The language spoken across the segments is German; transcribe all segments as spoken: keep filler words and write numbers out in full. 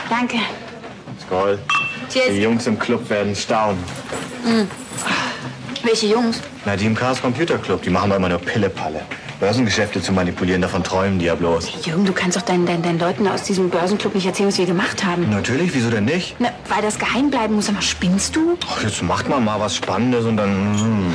Danke. Skoll. Cheers. Die Jungs im Club werden staunen. Mhm. Welche Jungs? Na, die im Chaos Computer Club, die machen immer nur Pille-Palle. Börsengeschäfte zu manipulieren, davon träumen die ja bloß. Jürgen, du kannst doch deinen, deinen, deinen Leuten aus diesem Börsenclub nicht erzählen, was wir gemacht haben. Natürlich, wieso denn nicht? Na, weil das geheim bleiben muss. Aber spinnst du? Ach, jetzt macht man mal was Spannendes und dann... Hm.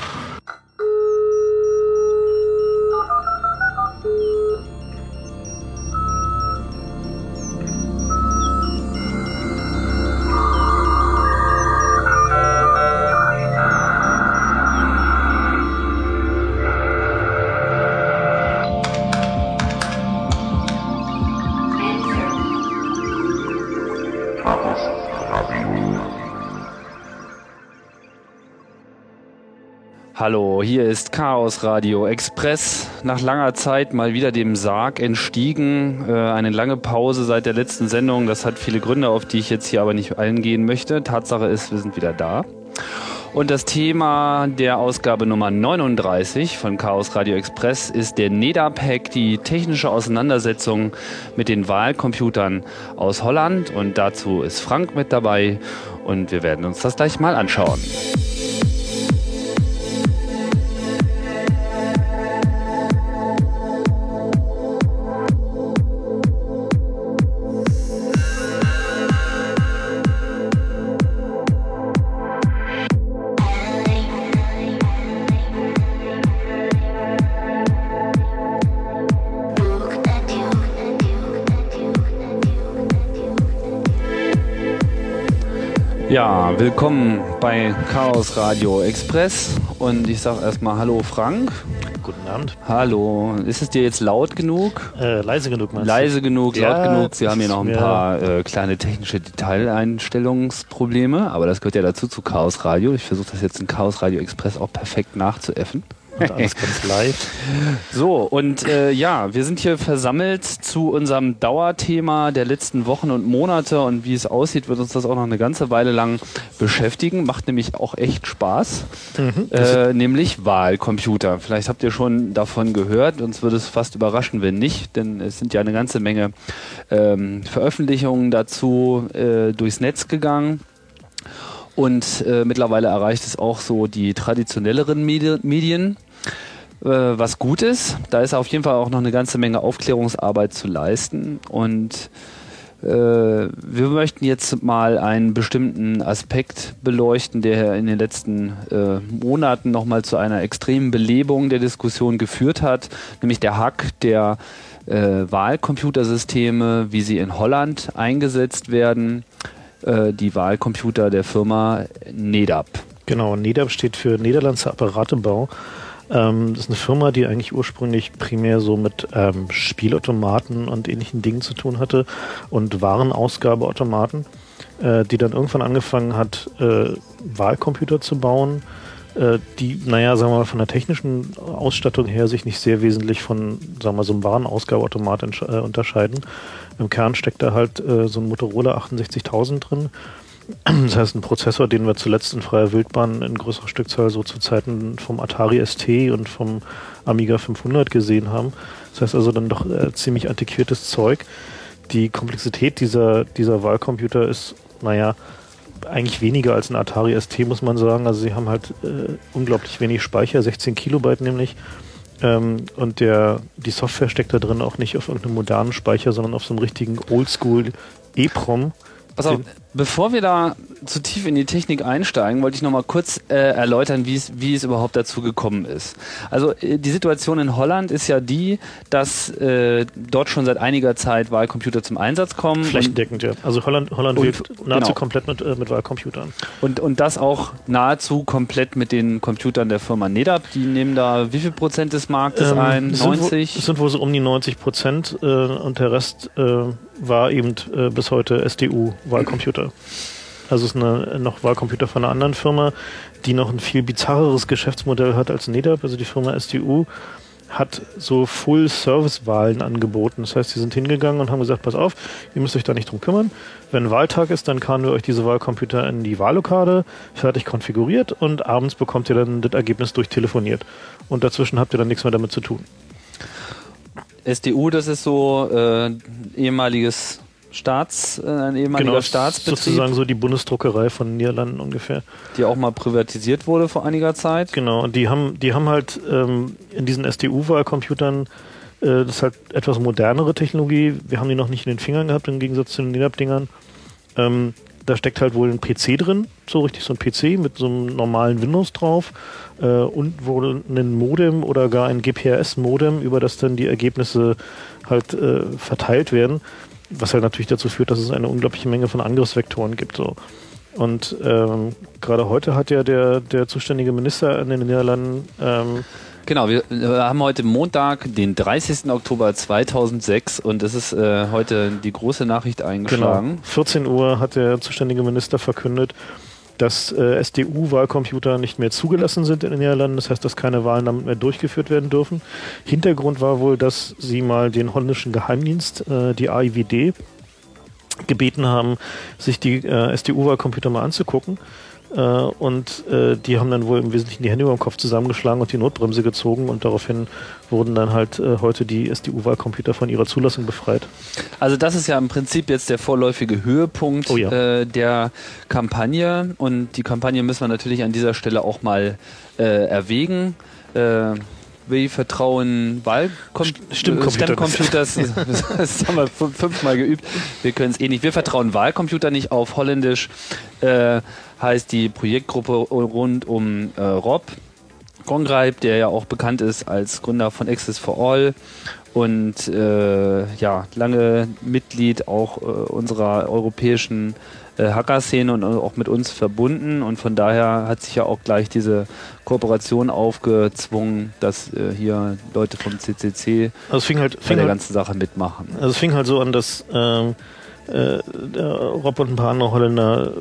Hallo, hier ist Chaos Radio Express. Nach langer Zeit mal wieder dem Sarg entstiegen. Äh, eine lange Pause seit der letzten Sendung. Das hat viele Gründe, auf die ich jetzt hier aber nicht eingehen möchte. Tatsache ist, wir sind wieder da. Und das Thema der Ausgabe Nummer neununddreißig von Chaos Radio Express ist der NEDAP-Hack, die technische Auseinandersetzung mit den Wahlcomputern aus Holland. Und dazu ist Frank mit dabei und wir werden uns das gleich mal anschauen. Ja, willkommen bei Chaos Radio Express und ich sage erstmal Hallo Frank. Guten Abend. Hallo, ist es dir jetzt laut genug? Äh, leise genug, meinst du? Leise genug, ja, laut genug. Wir haben hier noch ein ja. paar äh, kleine technische Detaileinstellungsprobleme, aber das gehört ja dazu zu Chaos Radio. Ich versuche das jetzt in Chaos Radio Express auch perfekt nachzuäffen. Und alles ganz live. So, und äh, ja, wir sind hier versammelt zu unserem Dauerthema der letzten Wochen und Monate und wie es aussieht, wird uns das auch noch eine ganze Weile lang beschäftigen. Macht nämlich auch echt Spaß, mhm. äh, nämlich Wahlcomputer. Vielleicht habt ihr schon davon gehört, uns würde es fast überraschen, wenn nicht, denn es sind ja eine ganze Menge ähm, Veröffentlichungen dazu äh, durchs Netz gegangen. Und äh, mittlerweile erreicht es auch so die traditionelleren Medi- Medien, äh, was gut ist. Da ist auf jeden Fall auch noch eine ganze Menge Aufklärungsarbeit zu leisten. Und äh, wir möchten jetzt mal einen bestimmten Aspekt beleuchten, der in den letzten äh, Monaten nochmal zu einer extremen Belebung der Diskussion geführt hat, nämlich der Hack der äh, Wahlcomputersysteme, wie sie in Holland eingesetzt werden. Die Wahlcomputer der Firma NEDAP. Genau, NEDAP steht für Nederlandse Apparatenbau. Ähm, das ist eine Firma, die eigentlich ursprünglich primär so mit ähm, Spielautomaten und ähnlichen Dingen zu tun hatte und Warenausgabeautomaten, äh, die dann irgendwann angefangen hat, äh, Wahlcomputer zu bauen, äh, die, naja, sagen wir mal, von der technischen Ausstattung her sich nicht sehr wesentlich von, sagen wir mal, so einem Warenausgabeautomat entsch- äh, unterscheiden. Im Kern steckt da halt äh, so ein Motorola achtundsechzigtausend drin. Das heißt, ein Prozessor, den wir zuletzt in freier Wildbahn in größerer Stückzahl so zu Zeiten vom Atari S T und vom Amiga fünfhundert gesehen haben. Das heißt also dann doch äh, ziemlich antiquiertes Zeug. Die Komplexität dieser, dieser Wahlcomputer ist, naja, eigentlich weniger als ein Atari S T, muss man sagen. Also sie haben halt äh, unglaublich wenig Speicher, sechzehn Kilobyte nämlich. Ähm, und der, die Software steckt da drin auch nicht auf irgendeinem modernen Speicher, sondern auf so einem richtigen Oldschool EEPROM. Pass auf, bevor wir da zu tief in die Technik einsteigen, wollte ich noch mal kurz äh, erläutern, wie es, wie es überhaupt dazu gekommen ist. Also äh, die Situation in Holland ist ja die, dass äh, dort schon seit einiger Zeit Wahlcomputer zum Einsatz kommen. Flächendeckend, ja. Also Holland, Holland und, wählt nahezu genau. komplett mit, äh, mit Wahlcomputern. Und, und das auch nahezu komplett mit den Computern der Firma NEDAP. Die nehmen da wie viel Prozent des Marktes ähm, ein? neunzig? Es sind wohl so um die neunzig Prozent äh, und der Rest äh, war eben äh, bis heute S D U-Wahlcomputer. Also es ist eine, noch Wahlcomputer von einer anderen Firma, die noch ein viel bizarreres Geschäftsmodell hat als NEDAP. Also die Firma S D U hat so Full-Service-Wahlen angeboten. Das heißt, sie sind hingegangen und haben gesagt, pass auf, ihr müsst euch da nicht drum kümmern. Wenn Wahltag ist, dann karren wir euch diese Wahlcomputer in die Wahllokale, fertig konfiguriert und abends bekommt ihr dann das Ergebnis durchtelefoniert. Und dazwischen habt ihr dann nichts mehr damit zu tun. S D U, das ist so äh, ehemaliges Staats, äh, ein ehemaliger genau, Staatsbetrieb. Sozusagen so die Bundesdruckerei von den Niederlanden ungefähr. Die auch mal privatisiert wurde vor einiger Zeit. Genau, und die haben, die haben halt ähm, in diesen S D U-Wahlcomputern, äh, das ist halt etwas modernere Technologie, wir haben die noch nicht in den Fingern gehabt, im Gegensatz zu den NetApp-Dingern. Ähm, da steckt halt wohl ein P C drin, so richtig so ein P C mit so einem normalen Windows drauf äh, und wohl ein Modem oder gar ein G P R S-Modem, über das dann die Ergebnisse halt äh, verteilt werden, was halt natürlich dazu führt, dass es eine unglaubliche Menge von Angriffsvektoren gibt. So. Und ähm, gerade heute hat ja der, der zuständige Minister in den Niederlanden ähm, Genau, wir haben heute Montag, den dreißigsten Oktober zweitausendsechs und es ist äh, heute die große Nachricht eingeschlagen. Genau. vierzehn Uhr hat der zuständige Minister verkündet, dass äh, S D U-Wahlcomputer nicht mehr zugelassen sind in den Niederlanden. Das heißt, dass keine Wahlen damit mehr durchgeführt werden dürfen. Hintergrund war wohl, dass sie mal den holländischen Geheimdienst, äh, die A I W D, gebeten haben, sich die äh, S D U-Wahlcomputer mal anzugucken. Äh, und äh, die haben dann wohl im Wesentlichen die Hände über den Kopf zusammengeschlagen und die Notbremse gezogen und daraufhin wurden dann halt äh, heute die S D U-Wahlcomputer von ihrer Zulassung befreit. Also das ist ja im Prinzip jetzt der vorläufige Höhepunkt oh ja. äh, der Kampagne und die Kampagne müssen wir natürlich an dieser Stelle auch mal äh, erwägen. Äh, Wir vertrauen Wahlcomputers. Stimmcomputers. Das haben wir fünfmal geübt. Wir können es eh nicht. Wir vertrauen Wahlcomputer nicht. Auf Holländisch äh, heißt die Projektgruppe rund um äh, Rob Gongrijp, der ja auch bekannt ist als Gründer von Access for All und äh, ja lange Mitglied auch äh, unserer europäischen äh, Hacker-Szene und auch mit uns verbunden und von daher hat sich ja auch gleich diese Kooperation aufgezwungen, dass äh, hier Leute vom C C C also es fing halt, bei fing der halt, ganzen Sache mitmachen. Also es fing halt so an, dass ähm, äh, der Rob und ein paar andere Holländer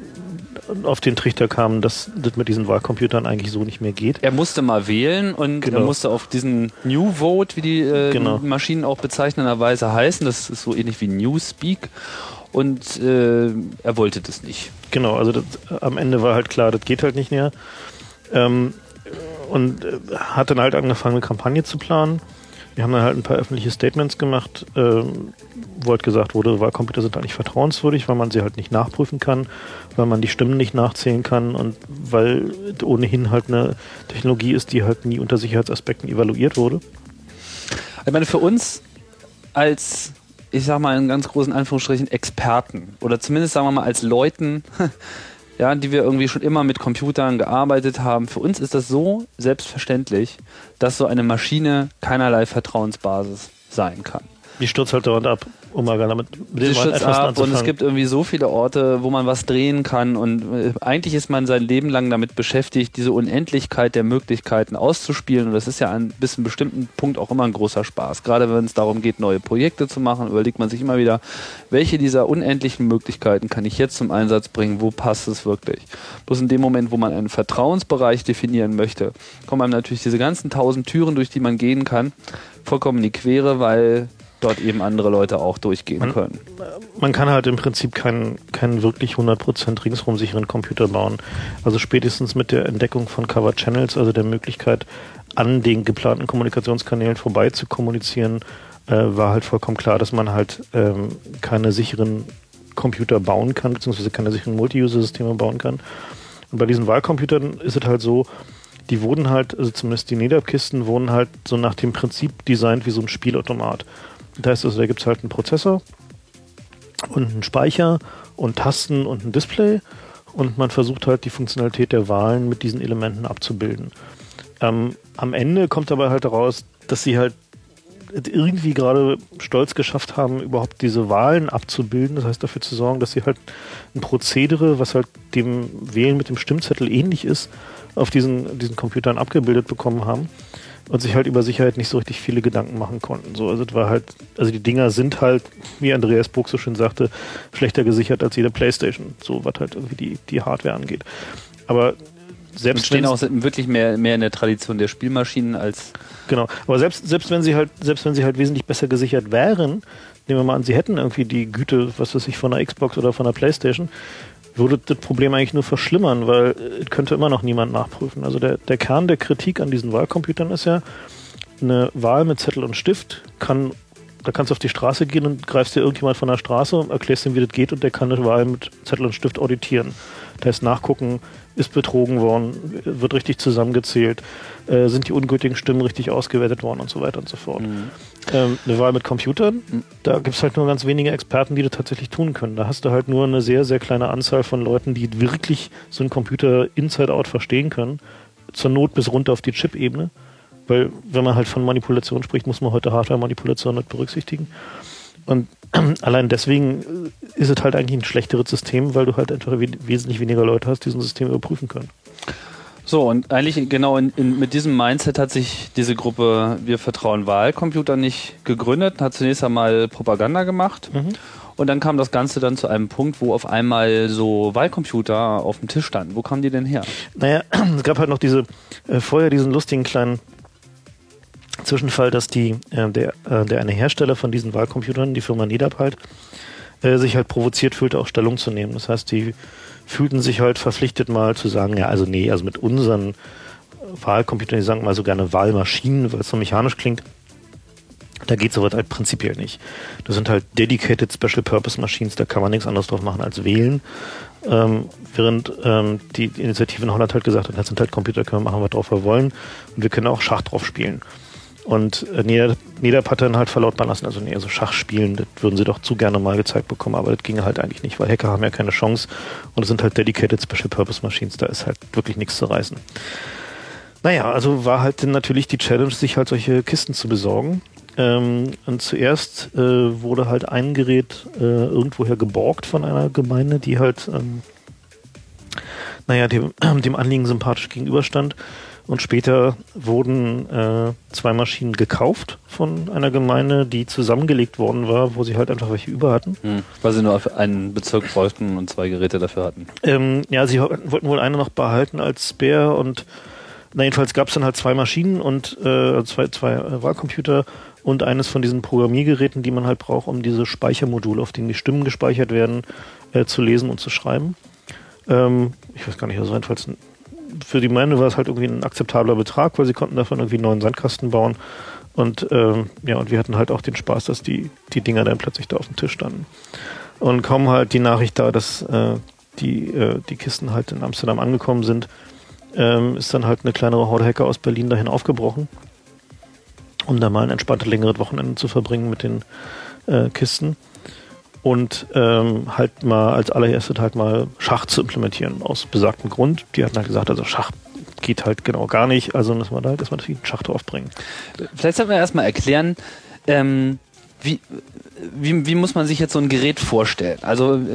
auf den Trichter kamen, dass das mit diesen Wahlcomputern eigentlich so nicht mehr geht. Er musste mal wählen und genau. er musste auf diesen New Vote, wie die äh, genau. Maschinen auch bezeichnenderweise heißen, das ist so ähnlich wie Newspeak und äh, er wollte das nicht. Genau, also das, am Ende war halt klar, das geht halt nicht mehr ähm, und äh, hat dann halt angefangen, eine Kampagne zu planen. Wir haben dann halt ein paar öffentliche Statements gemacht, ähm, wo halt gesagt wurde, Wahlcomputer sind halt nicht vertrauenswürdig, weil man sie halt nicht nachprüfen kann, weil man die Stimmen nicht nachzählen kann und weil ohnehin halt eine Technologie ist, die halt nie unter Sicherheitsaspekten evaluiert wurde. Ich meine, für uns als, ich sag mal in ganz großen Anführungsstrichen, Experten oder zumindest sagen wir mal als Leuten, ja, die wir irgendwie schon immer mit Computern gearbeitet haben, für uns ist das so selbstverständlich, dass so eine Maschine keinerlei Vertrauensbasis sein kann. Die stürzt halt dauernd ab, um mal damit mit die stürzt ab und es gibt irgendwie so viele Orte, wo man was drehen kann und äh, eigentlich ist man sein Leben lang damit beschäftigt, diese Unendlichkeit der Möglichkeiten auszuspielen und das ist ja an bis einem bestimmten Punkt auch immer ein großer Spaß. Gerade wenn es darum geht, neue Projekte zu machen, überlegt man sich immer wieder, welche dieser unendlichen Möglichkeiten kann ich jetzt zum Einsatz bringen, wo passt es wirklich. Bloß in dem Moment, wo man einen Vertrauensbereich definieren möchte, kommen einem natürlich diese ganzen tausend Türen, durch die man gehen kann, vollkommen in die Quere, weil dort eben andere Leute auch durchgehen man, können. Man kann halt im Prinzip keinen, keinen wirklich hundert Prozent ringsrum sicheren Computer bauen. Also spätestens mit der Entdeckung von Covered Channels, also der Möglichkeit, an den geplanten Kommunikationskanälen vorbei zu kommunizieren, äh, war halt vollkommen klar, dass man halt ähm, keine sicheren Computer bauen kann, beziehungsweise keine sicheren Multi-User-Systeme bauen kann. Und bei diesen Wahlcomputern ist es halt so, die wurden halt, also zumindest die NetApp-Kisten, wurden halt so nach dem Prinzip designt wie so ein Spielautomat. Das heißt also, da gibt es halt einen Prozessor und einen Speicher und Tasten und ein Display und man versucht halt die Funktionalität der Wahlen mit diesen Elementen abzubilden. Ähm, am Ende kommt dabei halt heraus, dass sie halt irgendwie gerade stolz geschafft haben, überhaupt diese Wahlen abzubilden. Das heißt, dafür zu sorgen, dass sie halt ein Prozedere, was halt dem Wählen mit dem Stimmzettel ähnlich ist, auf diesen, diesen Computern abgebildet bekommen haben. Und sich halt über Sicherheit nicht so richtig viele Gedanken machen konnten. So, also es war halt, also die Dinger sind halt, wie Andreas Buch so schön sagte, schlechter gesichert als jede Playstation, so was halt irgendwie die, die Hardware angeht. Aber selbst stehen auch wirklich mehr, mehr in der Tradition der Spielmaschinen als. Genau, aber selbst, selbst wenn sie halt, selbst wenn sie halt wesentlich besser gesichert wären, nehmen wir mal an, sie hätten irgendwie die Güte, was weiß ich, von einer Xbox oder von einer Playstation, würde das Problem eigentlich nur verschlimmern, weil es könnte immer noch niemand nachprüfen. Also der, der Kern der Kritik an diesen Wahlcomputern ist ja, eine Wahl mit Zettel und Stift kann Da kannst du auf die Straße gehen und greifst dir irgendjemand von der Straße und erklärst ihm, wie das geht und der kann eine Wahl mit Zettel und Stift auditieren. Das heißt, nachgucken, ist betrogen worden, wird richtig zusammengezählt, äh, sind die ungültigen Stimmen richtig ausgewertet worden und so weiter und so fort. Mhm. Ähm, eine Wahl mit Computern, mhm. da gibt es halt nur ganz wenige Experten, die das tatsächlich tun können. Da hast du halt nur eine sehr, sehr kleine Anzahl von Leuten, die wirklich so einen Computer inside-out verstehen können, zur Not bis runter auf die Chip-Ebene, weil wenn man halt von Manipulation spricht, muss man heute Hardware-Manipulation nicht berücksichtigen. Und allein deswegen ist es halt eigentlich ein schlechteres System, weil du halt einfach we- wesentlich weniger Leute hast, die so ein System überprüfen können. So, und eigentlich genau in, in, mit diesem Mindset hat sich diese Gruppe Wir vertrauen Wahlcomputer nicht gegründet, hat zunächst einmal Propaganda gemacht mhm. und dann kam das Ganze dann zu einem Punkt, wo auf einmal so Wahlcomputer auf dem Tisch standen. Wo kamen die denn her? Naja, es gab halt noch diese, äh, vorher diesen lustigen kleinen Zwischenfall, dass die, äh, der, äh, der eine Hersteller von diesen Wahlcomputern, die Firma Nedap halt, äh, sich halt provoziert fühlte, auch Stellung zu nehmen. Das heißt, die fühlten sich halt verpflichtet mal zu sagen, ja, also nee, also mit unseren Wahlcomputern, die sagen mal so gerne Wahlmaschinen, weil es so mechanisch klingt, da geht sowas halt prinzipiell nicht. Das sind halt dedicated Special Purpose Machines, da kann man nichts anderes drauf machen als wählen. Ähm, während ähm, die Initiative in Holland halt gesagt hat, das sind halt Computer, können wir machen, was drauf wir wollen und wir können auch Schach drauf spielen. Und äh, Nedap hat dann halt verlautbaren lassen, also nee, also Schach spielen, das würden sie doch zu gerne mal gezeigt bekommen, aber das ging halt eigentlich nicht, weil Hacker haben ja keine Chance und es sind halt dedicated Special Purpose Machines, da ist halt wirklich nichts zu reißen. Naja, also war halt dann natürlich die Challenge, sich halt solche Kisten zu besorgen. Ähm, und zuerst äh, wurde halt ein Gerät äh, irgendwoher geborgt von einer Gemeinde, die halt ähm, naja, dem, äh, dem Anliegen sympathisch gegenüberstand. Und später wurden äh, zwei Maschinen gekauft von einer Gemeinde, die zusammengelegt worden war, wo sie halt einfach welche über hatten. Hm, weil sie nur auf einen Bezirk bräuchten und zwei Geräte dafür hatten. Ähm, ja, sie wollten wohl eine noch behalten als Spare und na, jedenfalls gab es dann halt zwei Maschinen und äh, zwei, zwei äh, Wahlcomputer und eines von diesen Programmiergeräten, die man halt braucht, um diese Speichermodule, auf denen die Stimmen gespeichert werden, äh, zu lesen und zu schreiben. Ähm, ich weiß gar nicht, also jedenfalls für die Gemeinde war es halt irgendwie ein akzeptabler Betrag, weil sie konnten davon irgendwie einen neuen Sandkasten bauen. Und ähm, ja, und wir hatten halt auch den Spaß, dass die, die Dinger dann plötzlich da auf dem Tisch standen. Und kaum halt die Nachricht da, dass äh, die, äh, die Kisten halt in Amsterdam angekommen sind, ähm, ist dann halt eine kleinere Horde Hacker aus Berlin dahin aufgebrochen, um da mal ein entspanntes längeres Wochenende zu verbringen mit den äh, Kisten. Und ähm, halt mal als allererstes halt mal Schach zu implementieren, aus besagtem Grund. Die hatten halt gesagt, also Schach geht halt genau gar nicht, also müssen wir da halt erstmal einen Schach draufbringen. Vielleicht sollten wir erstmal erklären, ähm, wie, wie, wie muss man sich jetzt so ein Gerät vorstellen? Also äh,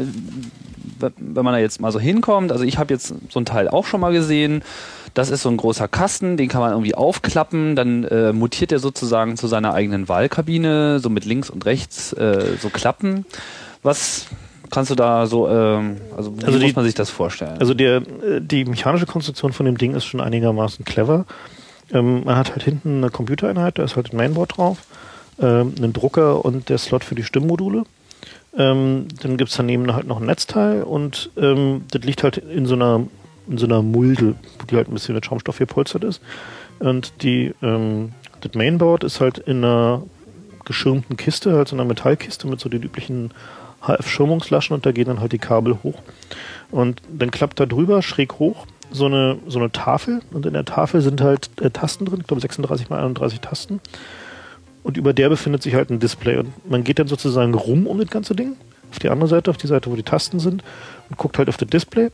wenn man da jetzt mal so hinkommt, also ich habe jetzt so ein Teil auch schon mal gesehen, das ist so ein großer Kasten, den kann man irgendwie aufklappen, dann äh, mutiert er sozusagen zu seiner eigenen Wahlkabine, so mit links und rechts äh, so Klappen. Was kannst du da so, ähm, also wie also die, muss man sich das vorstellen? Also der, die mechanische Konstruktion von dem Ding ist schon einigermaßen clever. Ähm, man hat halt hinten eine Computereinheit, da ist halt ein Mainboard drauf, ähm, einen Drucker und der Slot für die Stimmmodule. Ähm, dann gibt es daneben halt noch ein Netzteil und ähm, das liegt halt in so einer in so einer Mulde, die halt ein bisschen mit Schaumstoff gepolstert ist. Und die, ähm, das Mainboard ist halt in einer geschirmten Kiste, halt so einer Metallkiste mit so den üblichen H F-Schirmungslaschen und da gehen dann halt die Kabel hoch. Und dann klappt da drüber, schräg hoch, so eine, so eine Tafel und in der Tafel sind halt äh, Tasten drin, ich glaube sechsunddreißig mal einunddreißig Tasten. Und über der befindet sich halt ein Display und man geht dann sozusagen rum um das ganze Ding, auf die andere Seite, auf die Seite, wo die Tasten sind und guckt halt auf das Display.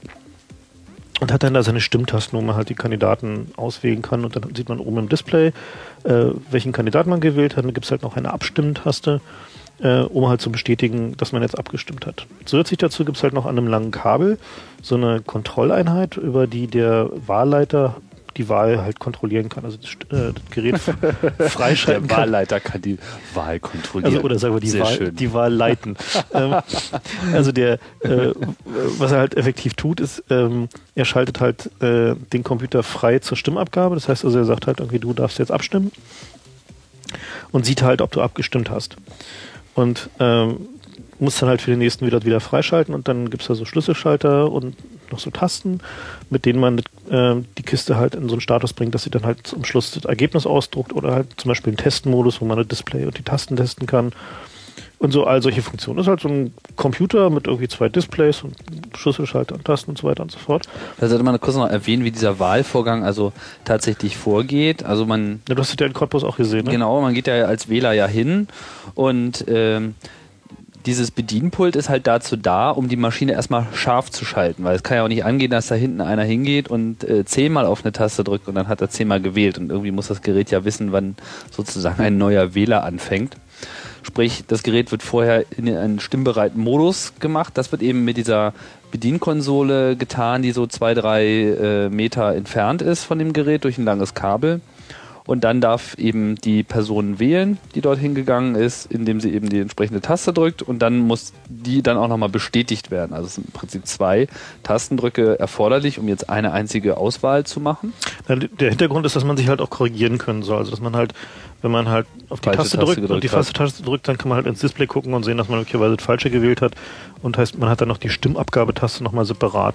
Und hat dann da seine Stimmtasten, wo man halt die Kandidaten auswählen kann. Und dann sieht man oben im Display, äh, welchen Kandidaten man gewählt hat. Dann gibt es halt noch eine Abstimmtaste, äh, um halt zu bestätigen, dass man jetzt abgestimmt hat. Zusätzlich dazu gibt es halt noch an einem langen Kabel so eine Kontrolleinheit, über die der Wahlleiter die Wahl halt kontrollieren kann. Also das, äh, das Gerät freischalten der kann. Der Wahlleiter kann die Wahl kontrollieren. Also, oder sagen wir die, Sehr Wahl, schön. die Wahl leiten. ähm, also der, äh, was er halt effektiv tut, ist, ähm, er schaltet halt äh, den Computer frei zur Stimmabgabe. Das heißt also, er sagt halt irgendwie, du darfst jetzt abstimmen und sieht halt, ob du abgestimmt hast. Und ähm, musst dann halt für den nächsten wieder, wieder freischalten und dann gibt es da so Schlüsselschalter und noch so Tasten, mit denen man äh, die Kiste halt in so einen Status bringt, dass sie dann halt am Schluss das Ergebnis ausdruckt oder halt zum Beispiel einen Testmodus, wo man das Display und die Tasten testen kann und so all solche Funktionen. Das ist halt so ein Computer mit irgendwie zwei Displays und Schlüsselschalter und Tasten und so weiter und so fort. Da sollte man kurz noch erwähnen, wie dieser Wahlvorgang also tatsächlich vorgeht. Also man... Ja, du hast ja in Cottbus auch gesehen, ne? Genau, man geht ja als Wähler ja hin und ähm, dieses Bedienpult ist halt dazu da, um die Maschine erstmal scharf zu schalten, weil es kann ja auch nicht angehen, dass da hinten einer hingeht und äh, zehnmal auf eine Taste drückt und dann hat er zehnmal gewählt und irgendwie muss das Gerät ja wissen, wann sozusagen ein neuer Wähler anfängt. Sprich, das Gerät wird vorher in einen stimmbereiten Modus gemacht. Das wird eben mit dieser Bedienkonsole getan, die so zwei, drei äh, Meter entfernt ist von dem Gerät durch ein langes Kabel. Und dann darf eben die Person wählen, die dorthin gegangen ist, indem sie eben die entsprechende Taste drückt und dann muss die dann auch nochmal bestätigt werden. Also es sind im Prinzip zwei Tastendrücke erforderlich, um jetzt eine einzige Auswahl zu machen. Der Hintergrund ist, dass man sich halt auch korrigieren können soll. Also dass man halt, wenn man halt auf die Taste, Taste drückt und die falsche Taste drückt, dann kann man halt ins Display gucken und sehen, dass man möglicherweise das Falsche gewählt hat. Und heißt, man hat dann noch die Stimmabgabetaste nochmal separat.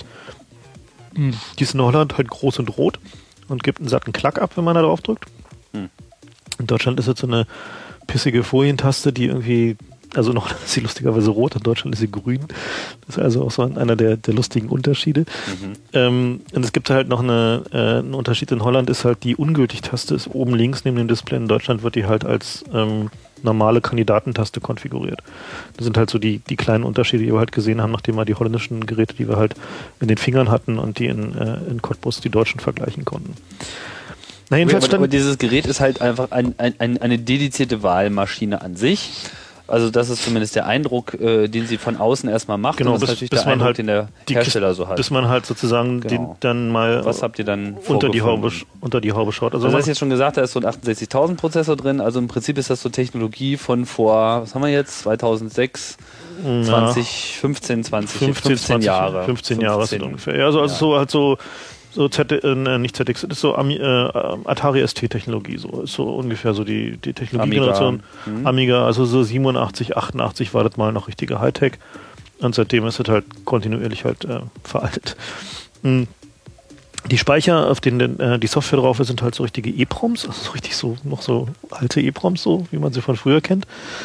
Die ist in Holland halt groß und rot und gibt einen satten Klack ab, wenn man da drauf drückt. Hm. In Deutschland ist jetzt so eine pissige Folientaste, die irgendwie, also noch ist sie lustigerweise rot, in Deutschland ist sie grün. Das ist also auch so einer der, der lustigen Unterschiede. Mhm. Ähm, und es gibt halt noch eine, äh, einen Unterschied in Holland, ist halt die Ungültig-Taste ist oben links neben dem Display. In Deutschland wird die halt als ähm, normale Kandidatentaste konfiguriert. Das sind halt so die, die kleinen Unterschiede, die wir halt gesehen haben, nachdem wir die holländischen Geräte, die wir halt in den Fingern hatten und die in, äh, in Cottbus die deutschen vergleichen konnten. Na, jedenfalls aber, aber dieses Gerät ist halt einfach ein, ein, ein, eine dedizierte Wahlmaschine an sich. Also das ist zumindest der Eindruck, äh, den sie von außen erstmal macht. Genau, und das bis, ist natürlich bis der man Eindruck, halt den der Hersteller so hat. Bis man halt sozusagen genau. den dann mal Was habt ihr dann unter die Haube, unter die Haube schaut. Also das heißt jetzt schon gesagt, da ist so ein achtundsechzigtausend Prozessor drin. Also im Prinzip ist das so Technologie von vor, was haben wir jetzt, zweitausendsechs, ja. zwanzig, fünfzehn, zwanzig, fünfzehn, fünfzehn zwanzig, Jahre. fünfzehn Jahre sind ungefähr. Ja, also, also ja. so halt so So Z, äh, nicht Z X, das ist so Ami, äh, Atari S T-Technologie, so ist so ungefähr so die, die Technologiegeneration. Amiga. Mhm. Amiga, also so siebenundachtzig, achtundachtzig war das mal noch richtige Hightech und seitdem ist es halt kontinuierlich halt äh, veraltet. Mhm. Die Speicher, auf denen äh, die Software drauf ist, sind halt so richtige EPROMs, also so richtig so, noch so alte EPROMs, so wie man sie von früher kennt.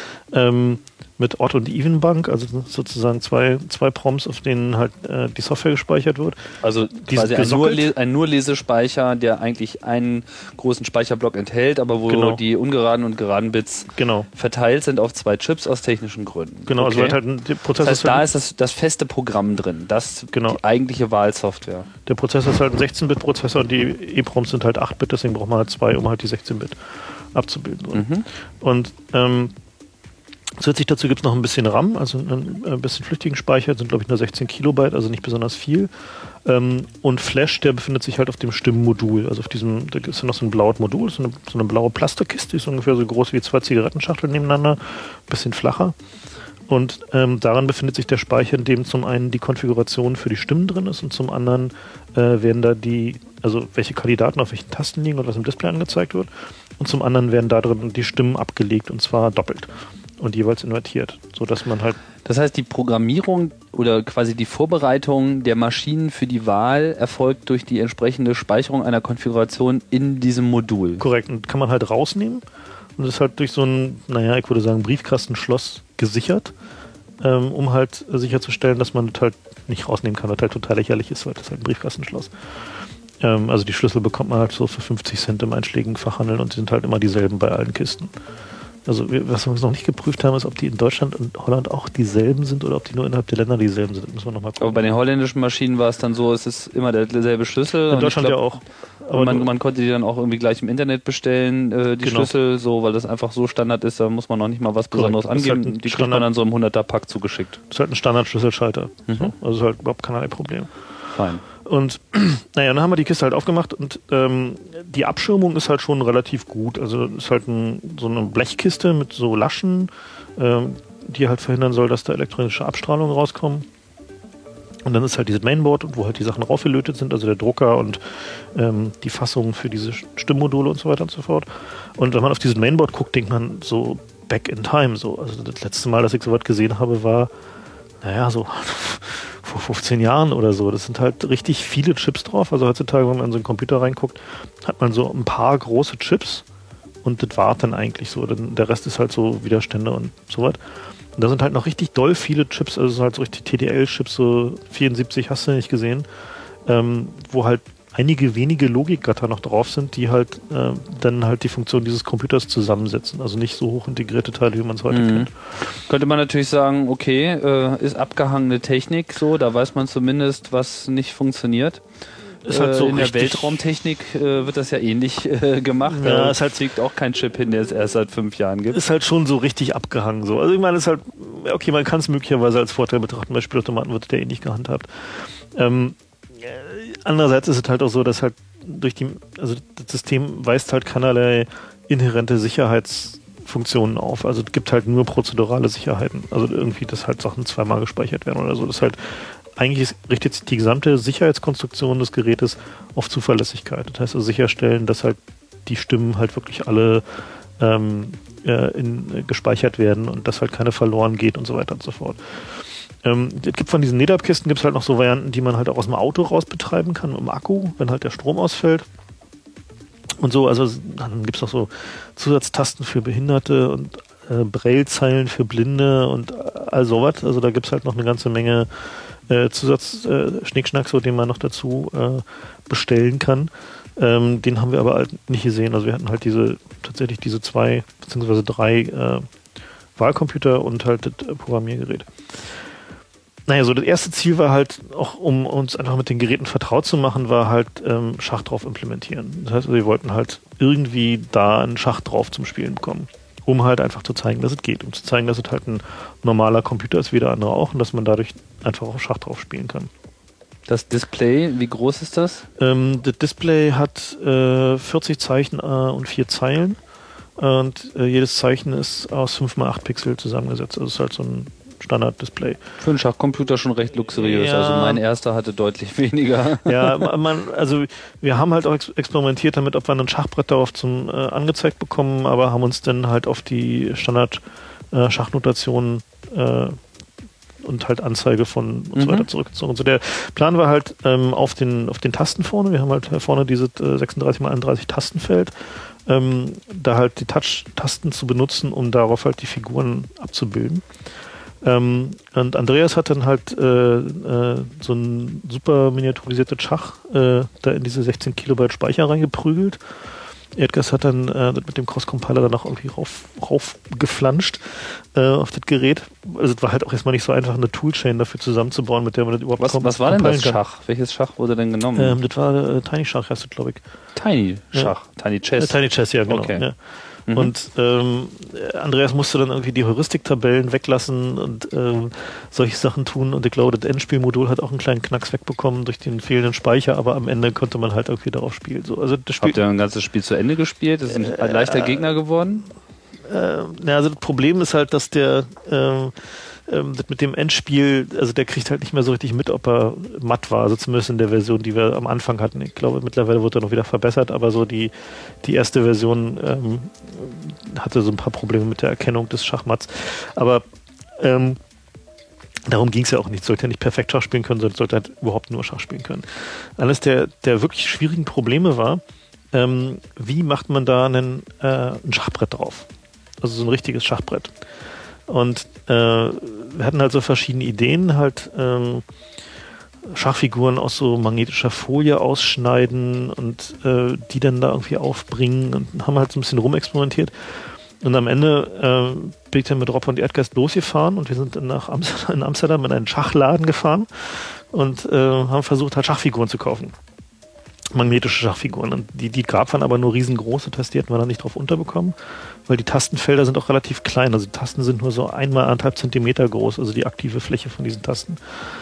Ähm, mit Odd- und Even-Bank, also sozusagen zwei, zwei Proms, auf denen halt äh, die Software gespeichert wird. Also die quasi ein, Nurle- ein Nurlesespeicher, der eigentlich einen großen Speicherblock enthält, aber wo genau. die ungeraden und geraden Bits genau. verteilt sind auf zwei Chips aus technischen Gründen. Genau, okay. also halt ein Prozessor. Das heißt, da ist das, das feste Programm drin, das genau. die eigentliche Wahlsoftware. Der Prozessor ist halt ein sechzehn-Bit-Prozessor und die EPROMs sind halt acht Bit, deswegen braucht man halt zwei, um halt die sechzehn Bit abzubilden. Mhm. Und ähm, zusätzlich dazu gibt es noch ein bisschen RAM, also ein, ein bisschen flüchtigen Speicher, sind glaube ich nur sechzehn Kilobyte, also nicht besonders viel. Ähm, und Flash, der befindet sich halt auf dem Stimmmodul, also auf diesem, da ist ja noch so ein blaues Modul, so eine, so eine blaue Plastikkiste, die ist ungefähr so groß wie zwei Zigarettenschachteln nebeneinander, bisschen flacher. Und ähm, daran befindet sich der Speicher, in dem zum einen die Konfiguration für die Stimmen drin ist und zum anderen äh, werden da die, also welche Kandidaten auf welchen Tasten liegen und was im Display angezeigt wird. Und zum anderen werden da drin die Stimmen abgelegt und zwar doppelt und jeweils invertiert, sodass man halt... Das heißt, die Programmierung oder quasi die Vorbereitung der Maschinen für die Wahl erfolgt durch die entsprechende Speicherung einer Konfiguration in diesem Modul. Korrekt, und kann man halt rausnehmen und das ist halt durch so ein, naja, ich würde sagen, Briefkastenschloss gesichert, ähm, um halt sicherzustellen, dass man das halt nicht rausnehmen kann, was halt total lächerlich ist, weil das halt ein Briefkastenschloss. Ähm, also die Schlüssel bekommt man halt so für fünfzig Cent im einschlägigen Fachhandel und die sind halt immer dieselben bei allen Kisten. Also was wir uns noch nicht geprüft haben, ist, ob die in Deutschland und Holland auch dieselben sind oder ob die nur innerhalb der Länder dieselben sind. Das müssen wir noch mal gucken. Aber bei den holländischen Maschinen war es dann so, es ist immer derselbe Schlüssel. In Deutschland glaub, ja auch. Aber man, man konnte die dann auch irgendwie gleich im Internet bestellen, äh, die genau. Schlüssel, so, weil das einfach so Standard ist, da muss man noch nicht mal was Besonderes Korrekt. angeben. Halt die kriegt man dann so im hunderter-Pack zugeschickt. Das ist halt ein Standardschlüsselschalter. Mhm. So. Also ist halt überhaupt kein Problem. Fein. Und naja, dann haben wir die Kiste halt aufgemacht und ähm, die Abschirmung ist halt schon relativ gut. Also ist halt ein, so eine Blechkiste mit so Laschen, ähm, die halt verhindern soll, dass da elektronische Abstrahlungen rauskommen. Und dann ist halt dieses Mainboard, wo halt die Sachen raufgelötet sind, also der Drucker und ähm, die Fassungen für diese Stimmmodule und so weiter und so fort. Und wenn man auf dieses Mainboard guckt, denkt man so back in time. So. Also das letzte Mal, dass ich sowas gesehen habe, war, naja, so vor fünfzehn Jahren oder so. Das sind halt richtig viele Chips drauf. Also heutzutage, wenn man in so einen Computer reinguckt, hat man so ein paar große Chips und das war dann eigentlich so. Denn der Rest ist halt so Widerstände und sowas. Und da sind halt noch richtig doll viele Chips, also halt so richtig T D L-Chips, so vierundsiebzig hast du nicht gesehen, ähm, wo halt einige wenige Logikgatter noch drauf sind, die halt äh, dann halt die Funktion dieses Computers zusammensetzen. Also nicht so hoch integrierte Teile, wie man es heute mhm. kennt. Könnte man natürlich sagen, okay, äh, ist abgehangene Technik so, da weiß man zumindest, was nicht funktioniert. Ist halt so äh, in der Weltraumtechnik äh, wird das ja ähnlich äh, gemacht. Ja, da ist halt liegt auch kein Chip hin, der es erst seit fünf Jahren gibt. Ist halt schon so richtig abgehangen. So. Also ich meine, ist halt, okay, man kann es möglicherweise als Vorteil betrachten, bei Spielautomaten wird der eh nicht gehandhabt. Ähm, Andererseits ist es halt auch so, dass halt durch die, also das System weist halt keinerlei inhärente Sicherheitsfunktionen auf. Also es gibt halt nur prozedurale Sicherheiten. Also irgendwie, dass halt Sachen zweimal gespeichert werden oder so. Das halt, eigentlich ist, richtet sich die gesamte Sicherheitskonstruktion des Gerätes auf Zuverlässigkeit. Das heißt also sicherstellen, dass halt die Stimmen halt wirklich alle ähm, äh, in, äh, gespeichert werden und dass halt keine verloren geht und so weiter und so fort. Ähm, es gibt von diesen NetApp-Kisten gibt es halt noch so Varianten, die man halt auch aus dem Auto raus betreiben kann, im Akku, wenn halt der Strom ausfällt. Und so, also dann gibt es noch so Zusatztasten für Behinderte und äh, Braille-Zeilen für Blinde und all sowas. Also da gibt es halt noch eine ganze Menge äh, Zusatz-Schnickschnack, äh, so den man noch dazu äh, bestellen kann. Ähm, den haben wir aber halt nicht gesehen. Also wir hatten halt diese, tatsächlich diese zwei, beziehungsweise drei äh, Wahlcomputer und halt das äh, Programmiergerät. Naja, so das erste Ziel war halt, auch um uns einfach mit den Geräten vertraut zu machen, war halt ähm, Schach drauf implementieren. Das heißt, wir wollten halt irgendwie da einen Schach drauf zum Spielen bekommen, um halt einfach zu zeigen, dass es geht, um zu zeigen, dass es halt ein normaler Computer ist, wie der andere auch, und dass man dadurch einfach auch Schach drauf spielen kann. Das Display, wie groß ist das? Ähm, das Display hat äh, vierzig Zeichen äh, und vier Zeilen und äh, jedes Zeichen ist aus fünf mal acht Pixel zusammengesetzt. Also es ist halt so ein Standard-Display. Für einen Schachcomputer schon recht luxuriös. Ja. Also mein erster hatte deutlich weniger. Ja, man, also wir haben halt auch ex- experimentiert damit, ob wir ein Schachbrett darauf zum äh, angezeigt bekommen, aber haben uns dann halt auf die Standard-Schachnotation äh, äh, und halt Anzeige von und mhm. so weiter zurückgezogen. So der Plan war halt ähm, auf den auf den Tasten vorne. Wir haben halt vorne dieses äh, sechsunddreißig mal einunddreißig Tastenfeld. Ähm, da halt die Touch-Tasten zu benutzen, um darauf halt die Figuren abzubilden. Ähm, und Andreas hat dann halt äh, äh, so ein super miniaturisiertes Schach äh, da in diese sechzehn Kilobyte Speicher reingeprügelt. Edgars hat dann äh, mit dem Cross-Compiler dann auch irgendwie rauf, rauf geflanscht äh, auf das Gerät. Also es war halt auch erstmal nicht so einfach, eine Toolchain dafür zusammenzubauen, mit der man das überhaupt Was, was war denn das Schach? Welches Schach wurde denn genommen? Ähm, das war äh, Tiny Schach, heißt das, glaube ich. Tiny Schach? Ja. Tiny Chess? Äh, Tiny Chess, ja, genau. Okay. Ja. Mhm. Und ähm, Andreas musste dann irgendwie die Heuristiktabellen weglassen und ähm, solche Sachen tun. Und ich glaube, das Endspielmodul hat auch einen kleinen Knacks wegbekommen durch den fehlenden Speicher, aber am Ende konnte man halt irgendwie darauf spielen. So, also das Spiel, habt ihr ein ganzes Spiel zu Ende gespielt? Ist ein äh, leichter äh, Gegner geworden? Äh, na, also das Problem ist halt, dass der äh, ähm, das mit dem Endspiel, also der kriegt halt nicht mehr so richtig mit, ob er matt war, also zumindest in der Version, die wir am Anfang hatten. Ich glaube, mittlerweile wurde er noch wieder verbessert, aber so die, die erste Version ähm, hatte so ein paar Probleme mit der Erkennung des Schachmatts. Aber ähm, darum ging es ja auch nicht. Sollte ja nicht perfekt Schach spielen können, sondern sollte halt überhaupt nur Schach spielen können. Eines der, der wirklich schwierigen Probleme war, ähm, wie macht man da einen, äh, ein Schachbrett drauf? Also so ein richtiges Schachbrett. Und äh, wir hatten halt so verschiedene Ideen, halt ähm, Schachfiguren aus so magnetischer Folie ausschneiden und äh, die dann da irgendwie aufbringen und haben halt so ein bisschen rumexperimentiert. Und am Ende äh, bin ich dann mit Rob und Erdgeist losgefahren und wir sind dann nach Amsterdam, in Amsterdam in einen Schachladen gefahren und äh, haben versucht, halt Schachfiguren zu kaufen. Magnetische Schachfiguren. Und die, die gab waren aber nur riesengroß, das heißt, die hätten wir dann nicht drauf unterbekommen, weil die Tastenfelder sind auch relativ klein. Also die Tasten sind nur so einmal anderthalb Zentimeter groß, also die aktive Fläche von diesen Tasten.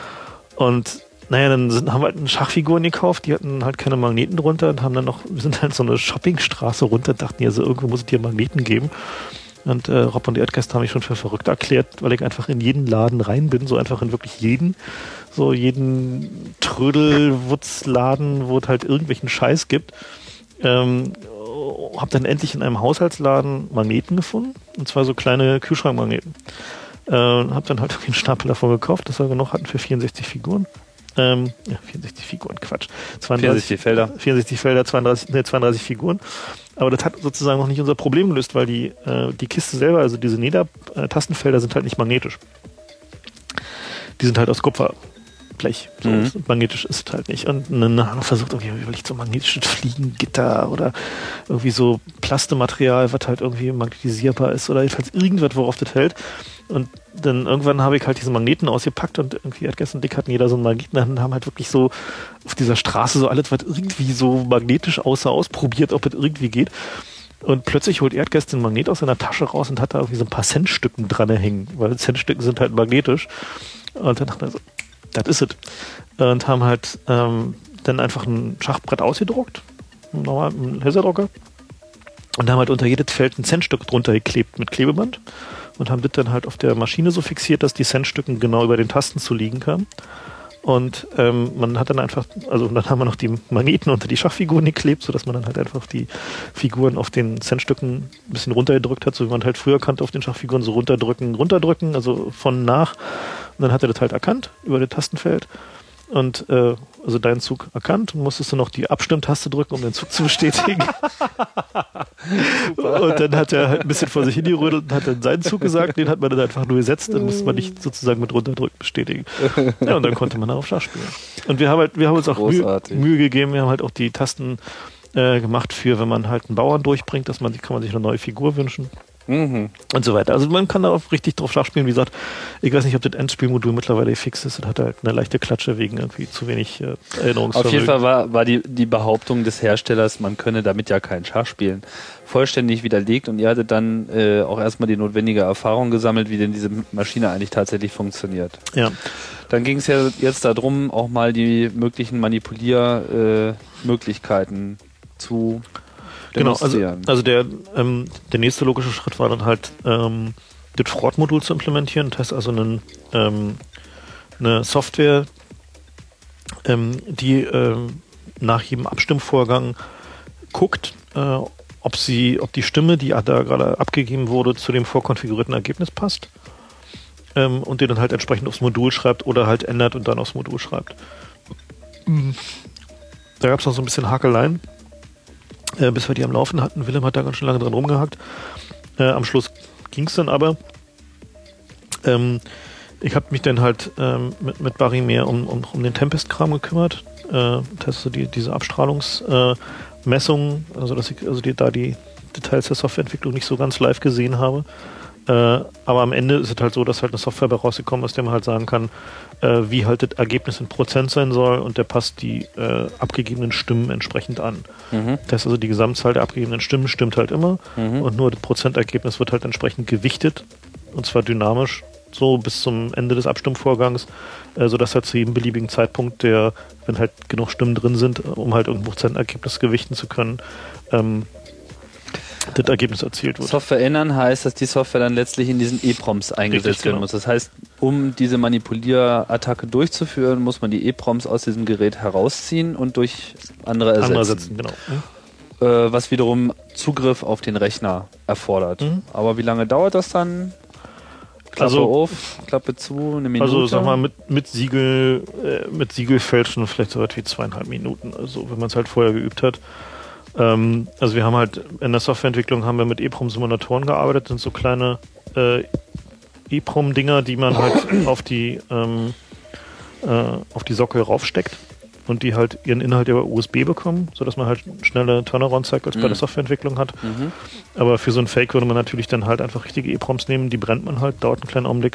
Und naja, dann sind, haben wir halt Schachfiguren gekauft, die hatten halt keine Magneten drunter und haben dann noch, wir sind halt so eine Shoppingstraße runter, dachten ja so, irgendwo muss es hier Magneten geben. Und äh, Rob und die Erdgeist haben mich schon für verrückt erklärt, weil ich einfach in jeden Laden rein bin, so einfach in wirklich jeden, so jeden Trödelwutzladen, wo es halt irgendwelchen Scheiß gibt, ähm, habe dann endlich in einem Haushaltsladen Magneten gefunden, und zwar so kleine Kühlschrankmagneten. Äh, habe dann halt einen Stapel davon gekauft, das wir genug hatten für vierundsechzig Figuren. Ähm, ja, vierundsechzig Figuren, Quatsch. zweiunddreißig, vierundsechzig Felder. vierundsechzig Felder, zweiunddreißig, nee, zweiunddreißig Figuren. Aber das hat sozusagen noch nicht unser Problem gelöst, weil die, äh, die Kiste selber, also diese Neder-Tastenfelder sind halt nicht magnetisch. Die sind halt aus Kupferblech. So, mhm. Magnetisch ist es halt nicht. Und dann haben wir versucht, okay, vielleicht so magnetisches Fliegengitter oder irgendwie so Plastematerial, was halt irgendwie magnetisierbar ist oder jedenfalls irgendwas, worauf das hält. Und dann irgendwann habe ich halt diese Magneten ausgepackt und irgendwie Erdgas und Dick hatten jeder so einen Magneten und haben halt wirklich so auf dieser Straße so alles, was irgendwie so magnetisch aussah, ausprobiert, ob es irgendwie geht. Und plötzlich holt Erdgas den Magnet aus seiner Tasche raus und hat da irgendwie so ein paar Centstücken dran hängen, weil Centstücken sind halt magnetisch. Und dann dachte ich so, das ist es. Und haben halt ähm, dann einfach ein Schachbrett ausgedruckt, nochmal einen Laserdrucker, und haben halt unter jedes Feld ein Centstück drunter geklebt mit Klebeband. Und haben das dann halt auf der Maschine so fixiert, dass die Centstücken genau über den Tasten zu liegen kamen. Und ähm, man hat dann einfach, also dann haben wir noch die Magneten unter die Schachfiguren geklebt, sodass man dann halt einfach die Figuren auf den Centstücken ein bisschen runtergedrückt hat, so wie man halt früher kannte auf den Schachfiguren, so runterdrücken, runterdrücken, also von nach. Und dann hat er das halt erkannt über das Tastenfeld. Und äh, also deinen Zug erkannt und musstest du noch die Abstimmtaste drücken, um den Zug zu bestätigen. Und dann hat er halt ein bisschen vor sich hingerödelt und hat dann seinen Zug gesagt, den hat man dann einfach nur gesetzt, dann musste man nicht sozusagen mit runterdrücken bestätigen. Ja, und dann konnte man dann auf Schach spielen. Und wir haben halt, wir haben uns auch Mühe, Mühe gegeben, wir haben halt auch die Tasten äh, gemacht für, wenn man halt einen Bauern durchbringt, dass man, kann man sich eine neue Figur wünschen. Mhm. Und so weiter. Also man kann da auch richtig drauf Schach spielen. Wie gesagt, ich weiß nicht, ob das Endspielmodul mittlerweile fix ist. Das hat halt eine leichte Klatsche wegen irgendwie zu wenig äh, Erinnerungsvermögen. Auf jeden Fall war, war die, die Behauptung des Herstellers, man könne damit ja kein Schach spielen, vollständig widerlegt. Und ihr hattet dann äh, auch erstmal die notwendige Erfahrung gesammelt, wie denn diese Maschine eigentlich tatsächlich funktioniert. Ja. Dann ging es ja jetzt darum, auch mal die möglichen Manipuliermöglichkeiten äh, zu Genau, also, also der, ähm, der nächste logische Schritt war dann halt ähm, das Fraud-Modul zu implementieren. Das heißt also einen, ähm, eine Software, ähm, die ähm, nach jedem Abstimmvorgang guckt, äh, ob sie, ob die Stimme, die da gerade abgegeben wurde, zu dem vorkonfigurierten Ergebnis passt, ähm, und den dann halt entsprechend aufs Modul schreibt oder halt ändert und dann aufs Modul schreibt. Da gab es noch so ein bisschen Hakeleien. Äh, bis wir die am Laufen hatten. Willem hat da ganz schön lange dran rumgehackt. Äh, am Schluss ging es dann aber. Ähm, ich habe mich dann halt ähm, mit, mit Barry mehr um, um, um den Tempest-Kram gekümmert. Äh, das heißt, so die, diese Abstrahlungsmessungen, äh, also dass ich also die, da die Details der Softwareentwicklung nicht so ganz live gesehen habe. Äh, aber am Ende ist es halt so, dass halt eine Software bei rausgekommen ist, der man halt sagen kann, äh, wie halt das Ergebnis in Prozent sein soll, und der passt die äh, abgegebenen Stimmen entsprechend an. Mhm. Das heißt also, die Gesamtzahl der abgegebenen Stimmen stimmt halt immer, mhm. und nur das Prozentergebnis wird halt entsprechend gewichtet, und zwar dynamisch, so bis zum Ende des Abstimmvorgangs, äh, sodass halt zu jedem beliebigen Zeitpunkt, der, wenn halt genug Stimmen drin sind, um halt irgendein Prozentergebnis gewichten zu können, ähm, das Ergebnis erzielt wird. Software ändern heißt, dass die Software dann letztlich in diesen EPROMs eingesetzt Richtig, werden genau. muss. Das heißt, um diese Manipulierattacke durchzuführen, muss man die EPROMs aus diesem Gerät herausziehen und durch andere ersetzen. Andere ersetzen, genau. Mhm. Äh, was wiederum Zugriff auf den Rechner erfordert. Mhm. Aber wie lange dauert das dann? Klappe also, auf, Klappe zu, eine Minute? Also sag mal, mit, mit Siegel, äh, mit Siegelfälschen vielleicht so etwa wie zweieinhalb Minuten. Also wenn man es halt vorher geübt hat. Ähm, also wir haben halt in der Softwareentwicklung haben wir mit EPROM-Simulatoren gearbeitet, das sind so kleine äh, EPROM-Dinger, die man halt auf die ähm, äh, auf die Sockel raufsteckt und die halt ihren Inhalt über U S B bekommen, sodass man halt schnelle Turnaround-Cycles mhm. bei der Softwareentwicklung hat. Mhm. Aber für so ein Fake würde man natürlich dann halt einfach richtige EPROMs nehmen, die brennt man halt, dauert einen kleinen Augenblick.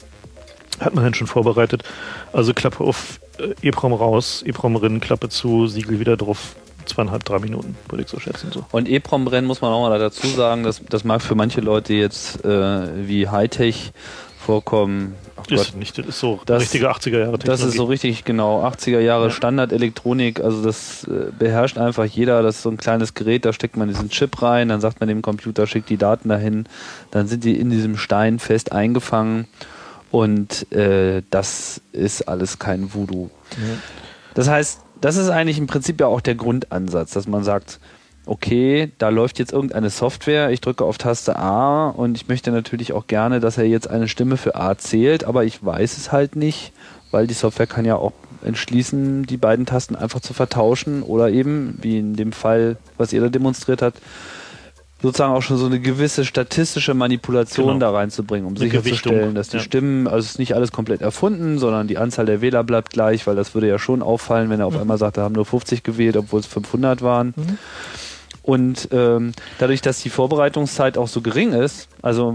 Hat man dann schon vorbereitet. Also Klappe auf, äh, EPROM raus, EPROM rein, Klappe zu, Siegel wieder drauf. Zweieinhalb, drei Minuten, würde ich so schätzen. So. Und EPROM-Brennen muss man auch mal dazu sagen, das, das mag für manche Leute jetzt äh, wie Hightech vorkommen. Ach ist Gott. Nicht, das ist so das, richtige achtziger-Jahre-Technologie. Das ist so richtig, genau, achtziger-Jahre ja. Standard-Elektronik, also das äh, beherrscht einfach jeder, das ist so ein kleines Gerät, da steckt man diesen Chip rein, dann sagt man dem Computer, schickt die Daten dahin, dann sind die in diesem Stein fest eingefangen und äh, das ist alles kein Voodoo. Ja. Das heißt, das ist eigentlich im Prinzip ja auch der Grundansatz, dass man sagt, okay, da läuft jetzt irgendeine Software, ich drücke auf Taste A und ich möchte natürlich auch gerne, dass er jetzt eine Stimme für A zählt, aber ich weiß es halt nicht, weil die Software kann ja auch entschließen, die beiden Tasten einfach zu vertauschen oder eben, wie in dem Fall, was ihr da demonstriert habt, sozusagen auch schon so eine gewisse statistische Manipulation genau. da reinzubringen, um Eine sicherzustellen, Gewichtung. dass die Ja. Stimmen, also es ist nicht alles komplett erfunden, sondern die Anzahl der Wähler bleibt gleich, weil das würde ja schon auffallen, wenn er auf Mhm. einmal sagt, da haben nur fünfzig gewählt, obwohl es fünfhundert waren. Mhm. Und ähm, dadurch, dass die Vorbereitungszeit auch so gering ist, also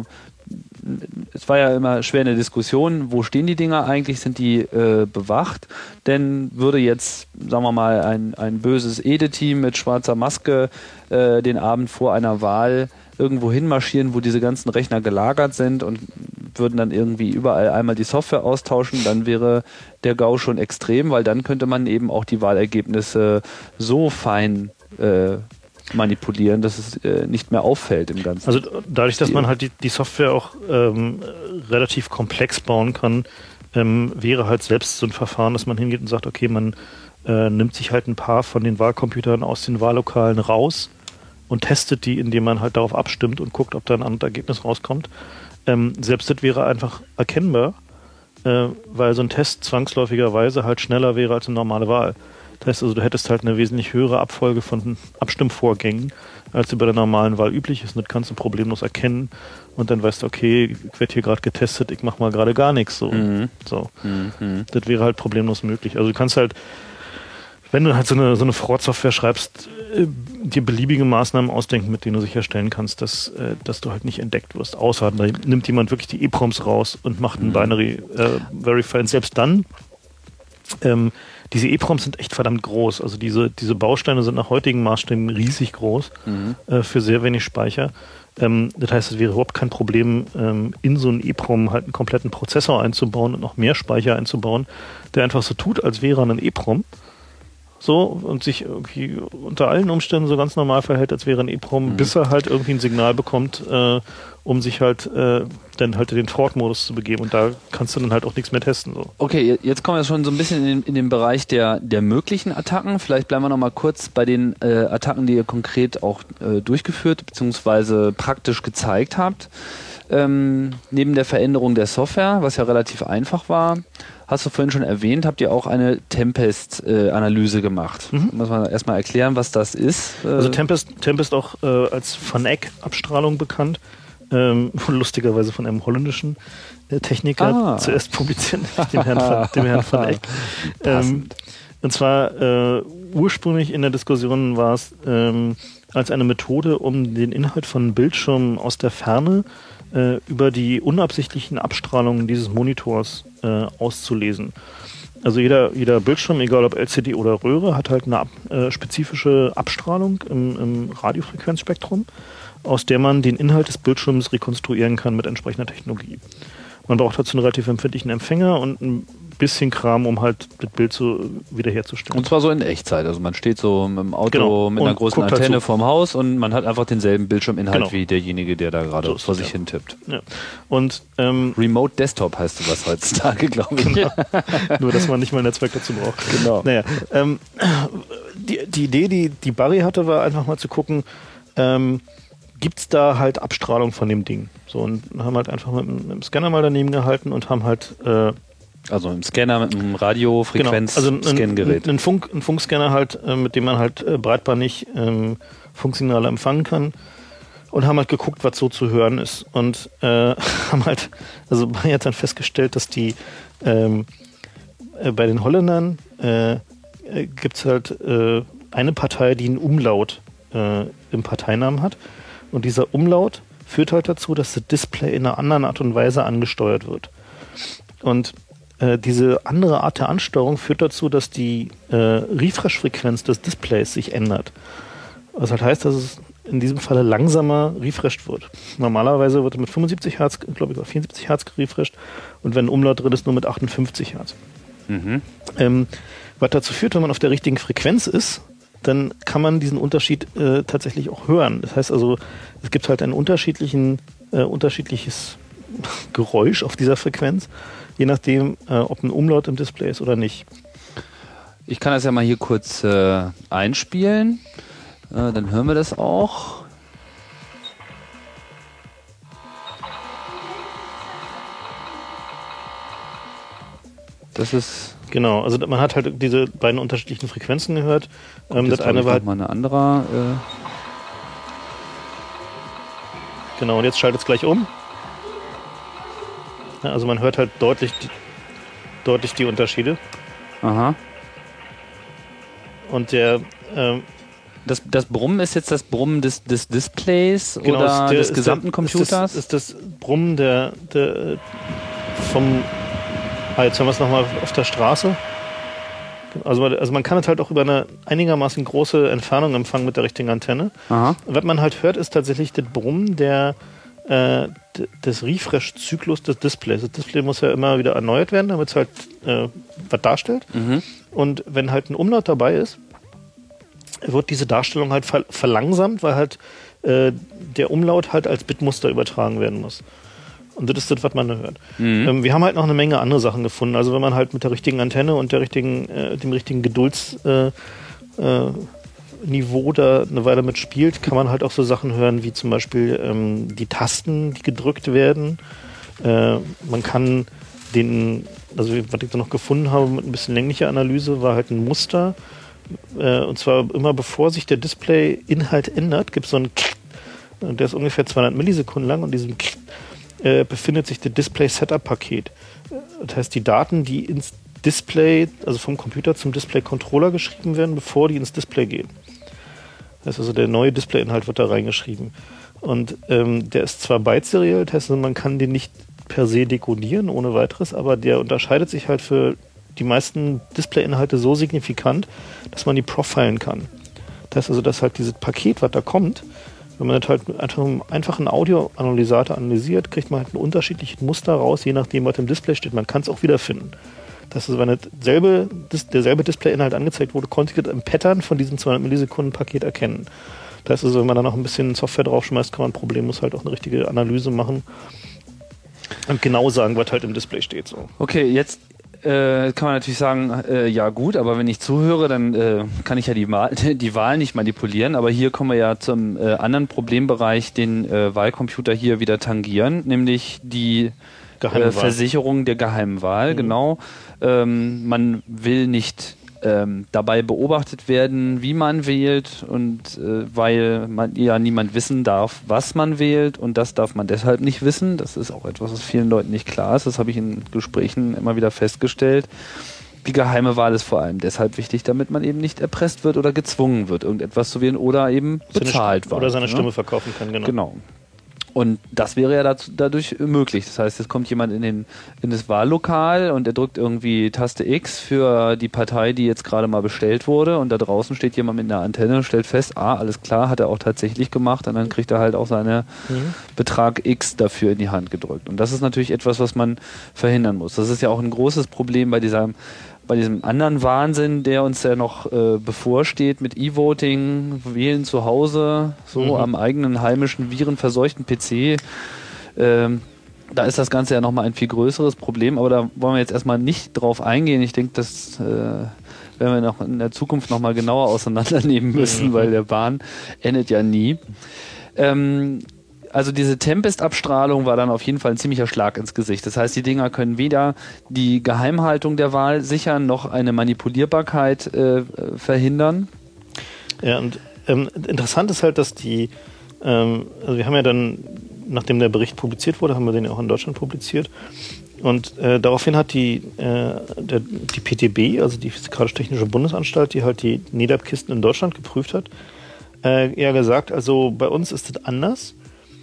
es war ja immer schwer eine Diskussion, wo stehen die Dinger eigentlich, sind die äh, bewacht, denn würde jetzt, sagen wir mal, ein, ein böses Ede-Team mit schwarzer Maske äh, den Abend vor einer Wahl irgendwo hinmarschieren, wo diese ganzen Rechner gelagert sind und würden dann irgendwie überall einmal die Software austauschen, dann wäre der GAU schon extrem, weil dann könnte man eben auch die Wahlergebnisse so fein äh, manipulieren, dass es äh, nicht mehr auffällt im Ganzen. Also dadurch, dass Stil. man halt die, die Software auch ähm, relativ komplex bauen kann, ähm, wäre halt selbst so ein Verfahren, dass man hingeht und sagt, okay, man äh, nimmt sich halt ein paar von den Wahlcomputern aus den Wahllokalen raus und testet die, indem man halt darauf abstimmt und guckt, ob da ein anderes Ergebnis rauskommt. Ähm, selbst das wäre einfach erkennbar, äh, weil so ein Test zwangsläufigerweise halt schneller wäre als eine normale Wahl. Das heißt also, du hättest halt eine wesentlich höhere Abfolge von Abstimmvorgängen, als sie bei der normalen Wahl üblich ist. Und das kannst du problemlos erkennen. Und dann weißt du, okay, ich werde hier gerade getestet, ich mache mal gerade gar nichts. So. Mhm. So. Mhm. Das wäre halt problemlos möglich. Also du kannst halt, wenn du halt so eine, so eine Fraud-Software schreibst, äh, dir beliebige Maßnahmen ausdenken, mit denen du sicherstellen kannst, dass, äh, dass du halt nicht entdeckt wirst. Außer da nimmt jemand wirklich die E-Proms raus und macht einen Mhm. Binary äh, Verify. Und selbst dann, ähm, diese E-Proms sind echt verdammt groß. Also diese, diese Bausteine sind nach heutigen Maßstäben riesig groß Mhm. äh, für sehr wenig Speicher. Ähm, das heißt, es wäre überhaupt kein Problem, ähm, in so einen E-Prom halt einen kompletten Prozessor einzubauen und noch mehr Speicher einzubauen, der einfach so tut, als wäre er ein E-Prom. So, und sich irgendwie unter allen Umständen so ganz normal verhält, als wäre ein E-Prom, Mhm. bis er halt irgendwie ein Signal bekommt, äh, um sich halt äh, dann halt in den Fraud-Modus zu begeben. Und da kannst du dann halt auch nichts mehr testen. So. Okay, jetzt kommen wir schon so ein bisschen in den, in den Bereich der, der möglichen Attacken. Vielleicht bleiben wir noch mal kurz bei den äh, Attacken, die ihr konkret auch äh, durchgeführt bzw. praktisch gezeigt habt. Ähm, neben der Veränderung der Software, was ja relativ einfach war, hast du vorhin schon erwähnt, habt ihr auch eine Tempest-Analyse gemacht. Mhm. Muss man erstmal erklären, was das ist. Äh, Also Tempest, Tempest auch äh, als Van Eck-Abstrahlung bekannt. Ähm, lustigerweise von einem holländischen äh, Techniker Ah. zuerst publiziert, dem Herrn Van, dem Herrn Van Eck. Ähm, und zwar äh, ursprünglich in der Diskussion war es ähm, als eine Methode, um den Inhalt von Bildschirmen aus der Ferne äh, über die unabsichtlichen Abstrahlungen dieses Monitors äh, auszulesen. Also jeder, jeder Bildschirm, egal ob L C D oder Röhre, hat halt eine ab, äh, spezifische Abstrahlung im, im Radiofrequenzspektrum, aus der man den Inhalt des Bildschirms rekonstruieren kann mit entsprechender Technologie. Man braucht dazu einen relativ empfindlichen Empfänger und ein bisschen Kram, um halt das Bild so wiederherzustellen. Und zwar so in Echtzeit. Also man steht so im Auto Genau. mit einer Und großen guckt halt Antenne zu. vorm Haus und man hat einfach denselben Bildschirminhalt Genau. wie derjenige, der da gerade So ist vor es, sich ja. hin tippt. Ja. Und ähm, Remote Desktop heißt sowas heutzutage, glaube ich. nur, dass man nicht mal ein Netzwerk dazu braucht. Genau. Naja, ähm, die, die Idee, die, die Barry hatte, war einfach mal zu gucken, ähm, gibt es da halt Abstrahlung von dem Ding? So, und haben halt einfach mit, mit dem Scanner mal daneben gehalten und haben halt äh, Also im Scanner mit einem genau, also Radiofrequenz-Scan-Gerät. ein, ein, Funk, ein Funkscanner halt, äh, mit dem man halt äh, breitbandig ähm, Funksignale empfangen kann. Und haben halt geguckt, was so zu hören ist. Und äh, haben halt, also Barry hat dann festgestellt, dass die ähm, äh, bei den Holländern äh, äh, gibt es halt äh, eine Partei, die einen Umlaut äh, im Parteinamen hat. Und dieser Umlaut führt halt dazu, dass das Display in einer anderen Art und Weise angesteuert wird. Und äh, diese andere Art der Ansteuerung führt dazu, dass die äh, Refresh-Frequenz des Displays sich ändert. Was halt heißt, dass es in diesem Falle langsamer refreshed wird. Normalerweise wird er mit fünfundsiebzig Hertz, glaube ich, oder vierundsiebzig Hertz gerefreshed und wenn ein Umlaut drin ist, nur mit achtundfünfzig Hertz. Mhm. Ähm, was dazu führt, wenn man auf der richtigen Frequenz ist, dann kann man diesen Unterschied äh, tatsächlich auch hören. Das heißt also, es gibt halt ein unterschiedlichen, äh, unterschiedliches Geräusch auf dieser Frequenz, je nachdem, äh, ob ein Umlaut im Display ist oder nicht. Ich kann das ja mal hier kurz äh, einspielen. Äh, dann hören wir das auch. Das ist... Genau, also man hat halt diese beiden unterschiedlichen Frequenzen gehört. Ähm, das eine war halt mal eine andere. Äh genau, und jetzt schaltet es gleich um. Ja, also man hört halt deutlich die, deutlich die Unterschiede. Aha. Und der ähm, das, das Brummen ist jetzt das Brummen des, des Displays genau, oder der, des gesamten der, Computers? Ist das, ist das Brummen der, der vom Ah, jetzt haben wir es nochmal auf der Straße. Also, also man kann es halt auch über eine einigermaßen große Entfernung empfangen mit der richtigen Antenne. Aha. Und was man halt hört, ist tatsächlich das Brummen der, äh, des Refresh-Zyklus des Displays. Das Display muss ja immer wieder erneuert werden, damit es halt äh, was darstellt. Mhm. Und wenn halt ein Umlaut dabei ist, wird diese Darstellung halt ver- verlangsamt, weil halt äh, der Umlaut halt als Bitmuster übertragen werden muss. Und das ist das, was man da hört. Mhm. Ähm, wir haben halt noch eine Menge andere Sachen gefunden. Also wenn man halt mit der richtigen Antenne und der richtigen, äh, dem richtigen Geduldsniveau äh, äh, da eine Weile mitspielt, kann man halt auch so Sachen hören, wie zum Beispiel ähm, die Tasten, die gedrückt werden. Äh, man kann den, also was ich da noch gefunden habe mit ein bisschen länglicher Analyse, war halt ein Muster. Äh, und zwar immer bevor sich der Display-Inhalt ändert, gibt es so einen, der ist ungefähr zweihundert Millisekunden lang und diesem befindet sich das Display-Setup-Paket. Das heißt, die Daten, die ins Display, also vom Computer zum Display-Controller geschrieben werden, bevor die ins Display gehen. Das heißt also, der neue Display-Inhalt wird da reingeschrieben. Und ähm, der ist zwar byte-seriell, das heißt, also, man kann den nicht per se dekodieren, ohne weiteres, aber der unterscheidet sich halt für die meisten Display-Inhalte so signifikant, dass man die profilen kann. Das heißt also, dass halt dieses Paket, was da kommt, wenn man das halt einfach, einfach einen Audioanalysator analysiert, kriegt man halt ein unterschiedliches Muster raus, je nachdem, was im Display steht. Man kann es auch wiederfinden. Das ist, wenn dasselbe, das, derselbe Display-Inhalt angezeigt wurde, konnte ich das im Pattern von diesem zweihundert Millisekunden Paket erkennen. Das ist also, wenn man da noch ein bisschen Software draufschmeißt, kann man problemlos halt auch eine richtige Analyse machen und genau sagen, was halt im Display steht. So. Okay, jetzt äh, kann man natürlich sagen, äh, ja gut, aber wenn ich zuhöre, dann äh, kann ich ja die Wahl, die Wahl nicht manipulieren, aber hier kommen wir ja zum äh, anderen Problembereich, den äh, Wahlcomputer hier wieder tangieren, nämlich die äh, Versicherung der geheimen Wahl, mhm. genau. Ähm, man will nicht ähm, dabei beobachtet werden, wie man wählt und äh, weil man ja niemand wissen darf, was man wählt und das darf man deshalb nicht wissen. Das ist auch etwas, was vielen Leuten nicht klar ist. Das habe ich in Gesprächen immer wieder festgestellt. Die geheime Wahl ist vor allem deshalb wichtig, damit man eben nicht erpresst wird oder gezwungen wird, irgendetwas zu wählen oder eben bezahlt wird. Oder seine ne? Stimme verkaufen kann, genau. Genau. Und das wäre ja dazu, dadurch möglich. Das heißt, jetzt kommt jemand in, den, in das Wahllokal und er drückt irgendwie Taste X für die Partei, die jetzt gerade mal bestellt wurde und da draußen steht jemand mit einer Antenne und stellt fest, ah, alles klar, hat er auch tatsächlich gemacht und dann kriegt er halt auch seine mhm. Betrag X dafür in die Hand gedrückt. Und das ist natürlich etwas, was man verhindern muss. Das ist ja auch ein großes Problem bei dieser bei diesem anderen Wahnsinn, der uns ja noch äh, bevorsteht mit E-Voting, Wählen zu Hause, so mhm. am eigenen heimischen virenverseuchten P C. Ähm, da ist das Ganze ja nochmal ein viel größeres Problem, aber da wollen wir jetzt erstmal nicht drauf eingehen. Ich denke, das äh, werden wir noch in der Zukunft nochmal genauer auseinandernehmen müssen, mhm. weil der Wahn endet ja nie. Ähm, Also diese Tempest-Abstrahlung war dann auf jeden Fall ein ziemlicher Schlag ins Gesicht. Das heißt, die Dinger können weder die Geheimhaltung der Wahl sichern, noch eine Manipulierbarkeit äh, verhindern. Ja, und ähm, interessant ist halt, dass die, ähm, also wir haben ja dann, nachdem der Bericht publiziert wurde, haben wir den ja auch in Deutschland publiziert. Und äh, daraufhin hat die, äh, der, die P T B, also die Physikalisch-Technische Bundesanstalt, die halt die N E D A P-Kisten in Deutschland geprüft hat, äh, ja gesagt, also bei uns ist das anders.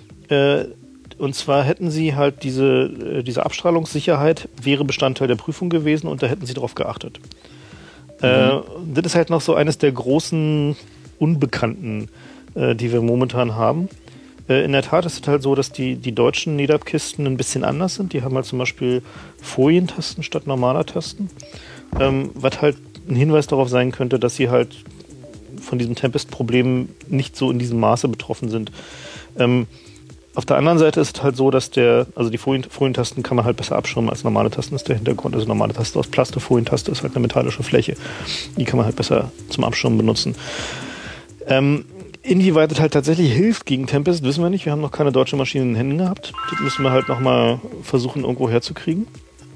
Und zwar hätten sie halt diese, diese Abstrahlungssicherheit wäre Bestandteil der Prüfung gewesen und da hätten sie drauf geachtet. Mhm. Äh, das ist halt noch so eines der großen Unbekannten, äh, die wir momentan haben. Äh, in der Tat ist es halt so, dass die, die deutschen N E D A P-Kisten ein bisschen anders sind. Die haben halt zum Beispiel Folientasten statt normaler Tasten. Ähm, was halt ein Hinweis darauf sein könnte, dass sie halt von diesem Tempest-Problem nicht so in diesem Maße betroffen sind. Ähm, Auf der anderen Seite ist es halt so, dass der, also die Folien, Folientasten kann man halt besser abschirmen als normale Tasten, ist der Hintergrund. Also normale Taste aus Plaste, Folientaste ist halt eine metallische Fläche. Die kann man halt besser zum Abschirmen benutzen. Ähm, inwieweit das halt tatsächlich hilft gegen Tempest, wissen wir nicht. Wir haben noch keine deutsche Maschine in den Händen gehabt. Das müssen wir halt nochmal versuchen, irgendwo herzukriegen.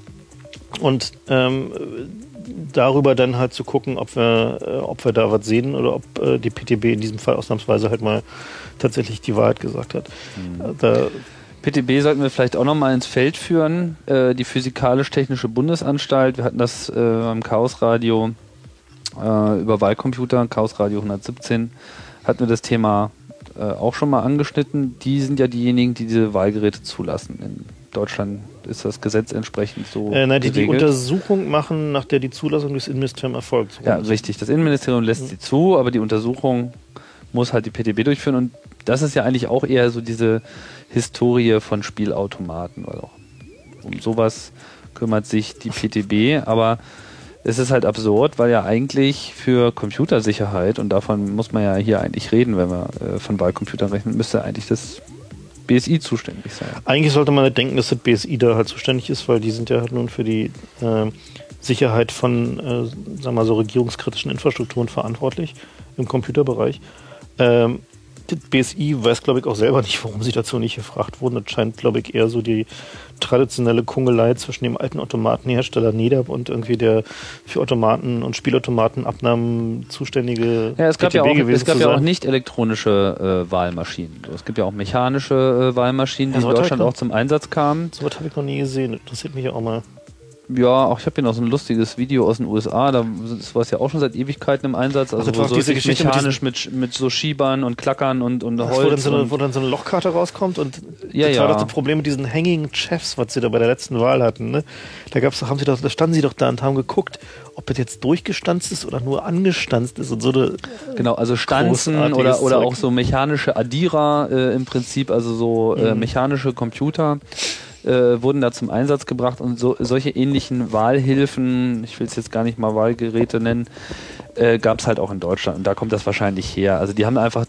Und ähm, darüber dann halt zu gucken, ob wir, äh, ob wir da was sehen oder ob äh, die P T B in diesem Fall ausnahmsweise halt mal tatsächlich die Wahrheit gesagt hat. Mhm. Da P T B sollten wir vielleicht auch nochmal ins Feld führen. Äh, die Physikalisch-Technische Bundesanstalt, wir hatten das äh, beim Chaosradio äh, über Wahlcomputer, Chaosradio hundertsiebzehn, hatten wir das Thema äh, auch schon mal angeschnitten. Die sind ja diejenigen, die diese Wahlgeräte zulassen. In Deutschland ist das Gesetz entsprechend so äh, nein, die die geregelt. Untersuchung machen, nach der die Zulassung durchs Innenministerium erfolgt. So ja, richtig. Das Innenministerium lässt mhm. sie zu, aber die Untersuchung muss halt die P T B durchführen. Und das ist ja eigentlich auch eher so diese Historie von Spielautomaten. Weil auch um sowas kümmert sich die P T B. Aber es ist halt absurd, weil ja eigentlich für Computersicherheit, und davon muss man ja hier eigentlich reden, wenn man äh, von Wahlcomputern rechnet, müsste eigentlich das B S I zuständig sein. Eigentlich sollte man nicht denken, dass das B S I da halt zuständig ist, weil die sind ja halt nun für die äh, Sicherheit von, äh, sagen wir mal so, regierungskritischen Infrastrukturen verantwortlich im Computerbereich. Ähm, das B S I weiß, glaube ich, auch selber nicht, warum sie dazu nicht gefragt wurden. Das scheint, glaube ich, eher so die traditionelle Kungelei zwischen dem alten Automatenhersteller NEDAP und irgendwie der für Automaten und Spielautomatenabnahmen zuständige ja, es gab P T B ja auch, gewesen es gab zu ja sein. auch nicht elektronische äh, Wahlmaschinen. Es gibt ja auch mechanische äh, Wahlmaschinen, die Ja, in Deutschland auch zum Einsatz kamen. So was habe ich noch nie gesehen. Das interessiert mich ja auch mal. Ja, auch ich habe hier noch so ein lustiges Video aus den U S A, da ist was ja auch schon seit Ewigkeiten im Einsatz, also Ach, wo so so diese sich Geschichte mechanisch mit, mit, mit so Schiebern und Klackern und, und Ach, Holz. wo, dann so eine, und wo dann so eine Lochkarte rauskommt und ja, das ja. war doch das Problem mit diesen Hanging Chefs, was sie da bei der letzten Wahl hatten. Ne? Da gab's doch, haben sie doch, da standen sie doch da und haben geguckt, ob das jetzt durchgestanzt ist oder nur angestanzt ist und so eine genau, also Stanzen oder, oder auch so mechanische Addierer äh, im Prinzip, also so äh, Mhm. mechanische Computer. Äh, wurden da zum Einsatz gebracht und so, solche ähnlichen Wahlhilfen, ich will es jetzt gar nicht mal Wahlgeräte nennen, äh, gab es halt auch in Deutschland und da kommt das wahrscheinlich her. Also die haben einfach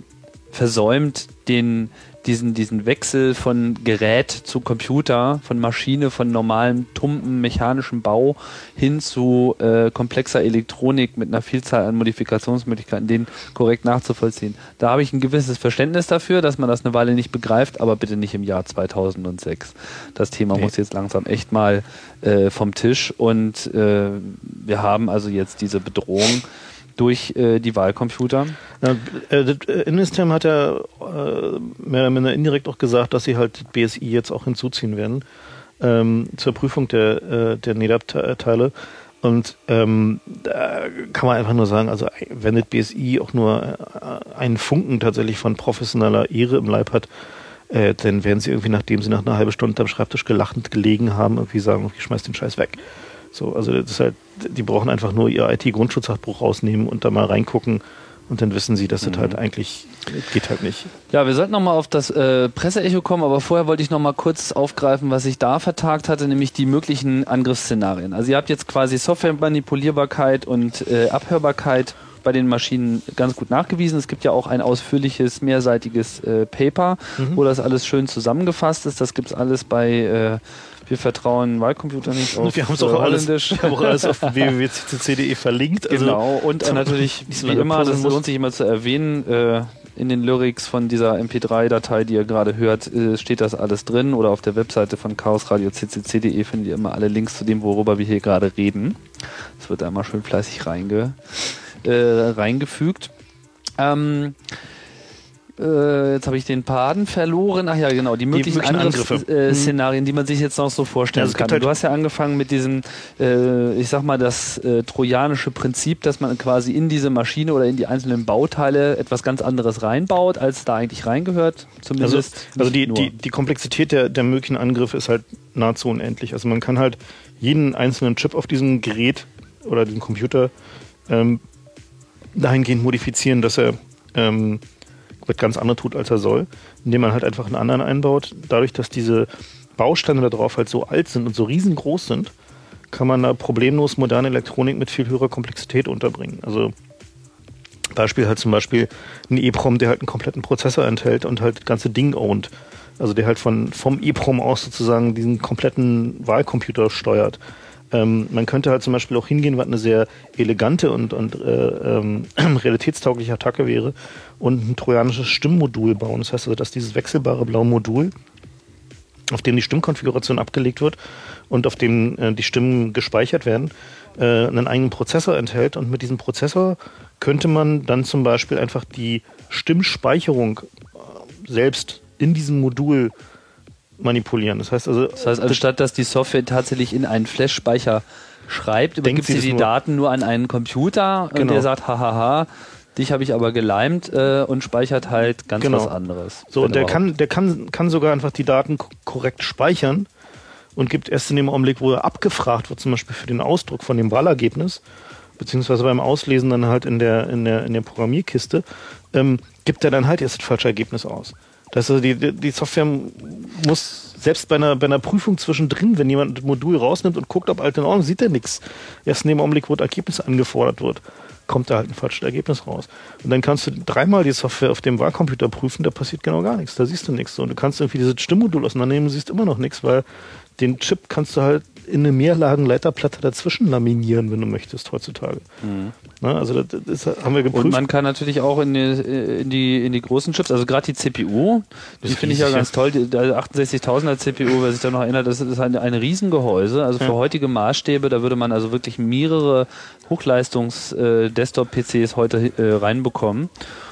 versäumt, den, diesen, diesen Wechsel von Gerät zu Computer, von Maschine, von normalem, tumpen, mechanischem Bau hin zu äh, komplexer Elektronik mit einer Vielzahl an Modifikationsmöglichkeiten, den korrekt nachzuvollziehen. Da habe ich ein gewisses Verständnis dafür, dass man das eine Weile nicht begreift, aber bitte nicht im Jahr zweitausendsechs. Das Thema nee. muss jetzt langsam echt mal äh, vom Tisch und äh, wir haben also jetzt diese Bedrohung durch äh, die Wahlcomputer. Ja, äh, das Innenministerium hat ja äh, mehr oder minder indirekt auch gesagt, dass sie halt B S I jetzt auch hinzuziehen werden ähm, zur Prüfung der, äh, der NEDAP-Teile. Und ähm, da kann man einfach nur sagen, also wenn das B S I auch nur äh, einen Funken tatsächlich von professioneller Ehre im Leib hat, äh, dann werden sie irgendwie, nachdem sie nach einer halben Stunde am Schreibtisch gelachend gelegen haben, irgendwie sagen, ich schmeiß den Scheiß weg. So, also das ist halt, die brauchen einfach nur ihr I T-Grundschutzhandbuch rausnehmen und da mal reingucken und dann wissen sie, dass das mhm. halt eigentlich geht halt nicht. Ja, wir sollten nochmal auf das äh, Presseecho kommen, aber vorher wollte ich nochmal kurz aufgreifen, was ich da vertagt hatte, nämlich die möglichen Angriffsszenarien. Also ihr habt jetzt quasi Softwaremanipulierbarkeit und äh, Abhörbarkeit bei den Maschinen ganz gut nachgewiesen. Es gibt ja auch ein ausführliches, mehrseitiges äh, Paper, mhm. wo das alles schön zusammengefasst ist. Das gibt es alles bei äh, Wir vertrauen Wahlcomputer nicht auf Wir haben es auch, alles, auch alles auf w w w punkt c c c punkt d e verlinkt. Also genau, und äh, natürlich, wie immer, das lohnt sich immer zu erwähnen, äh, in den Lyrics von dieser M P drei Datei, die ihr gerade hört, äh, steht das alles drin, oder auf der Webseite von chaosradio punkt c c c punkt d e findet ihr immer alle Links zu dem, worüber wir hier gerade reden. Das wird einmal schön fleißig reinge, äh, reingefügt. Ähm, Äh, jetzt habe ich den Faden verloren. Ach ja, genau, die möglichen, die möglichen Angriffsszenarien, äh, die man sich jetzt noch so vorstellen ja, kann. Halt du hast ja angefangen mit diesem, äh, ich sag mal, das äh, trojanische Prinzip, dass man quasi in diese Maschine oder in die einzelnen Bauteile etwas ganz anderes reinbaut, als da eigentlich reingehört. Zumindest. Also, also die, die, die Komplexität der, der möglichen Angriffe ist halt nahezu unendlich. Also man kann halt jeden einzelnen Chip auf diesem Gerät oder diesem Computer ähm, dahingehend modifizieren, dass er ähm, was ganz anderes tut, als er soll, indem man halt einfach einen anderen einbaut. Dadurch, dass diese Bausteine da drauf halt so alt sind und so riesengroß sind, kann man da problemlos moderne Elektronik mit viel höherer Komplexität unterbringen. Also Beispiel halt zum Beispiel ein EEPROM, der halt einen kompletten Prozessor enthält und halt das ganze Ding ownt. Also der halt von vom EEPROM aus sozusagen diesen kompletten Wahlcomputer steuert. Ähm, man könnte halt zum Beispiel auch hingehen, was eine sehr elegante und, und äh, ähm, realitätstaugliche Attacke wäre, und ein trojanisches Stimmmodul bauen. Das heißt also, dass dieses wechselbare blaue Modul, auf dem die Stimmkonfiguration abgelegt wird und auf dem äh, die Stimmen gespeichert werden, äh, einen eigenen Prozessor enthält. Und mit diesem Prozessor könnte man dann zum Beispiel einfach die Stimmspeicherung äh, selbst in diesem Modul manipulieren. Das heißt also, das heißt, anstatt dass die Software tatsächlich in einen Flash-Speicher schreibt, übergibt sie, sie die nur Daten nur an einen Computer, genau. Und der sagt, hahaha, dich habe ich aber geleimt äh, und speichert halt ganz genau. was anderes. So, und der kann, der kann, kann sogar einfach die Daten k- korrekt speichern und gibt erst in dem Augenblick, wo er abgefragt wird, zum Beispiel für den Ausdruck von dem Wahlergebnis, beziehungsweise beim Auslesen dann halt in der, in der, in der Programmierkiste, ähm, gibt er dann halt erst das falsche Ergebnis aus. Das ist also die, die Software muss selbst bei einer, bei einer Prüfung zwischendrin, wenn jemand das Modul rausnimmt und guckt, ob alt in Ordnung, sieht er nichts. Erst in dem Augenblick, wo das Ergebnis angefordert wird, kommt da halt ein falsches Ergebnis raus. Und dann kannst du dreimal die Software auf dem Wahlcomputer prüfen, da passiert genau gar nichts, da siehst du nichts. Und du kannst irgendwie dieses Stimmmodul auseinandernehmen, siehst immer noch nichts, weil den Chip kannst du halt in eine Mehrlagenleiterplatte dazwischen laminieren, wenn du möchtest, heutzutage. Mhm. Na, also das, das haben wir geprüft. Und man kann natürlich auch in die, in die, in die großen Chips, also gerade die C P U, das die finde ich ja ganz toll, die achtundsechzigtausender C P U, wer sich da noch erinnert, das ist ein, ein Riesengehäuse, also für ja. heutige Maßstäbe, da würde man also wirklich mehrere Hochleistungs-Desktop-P Cs heute äh, reinbekommen.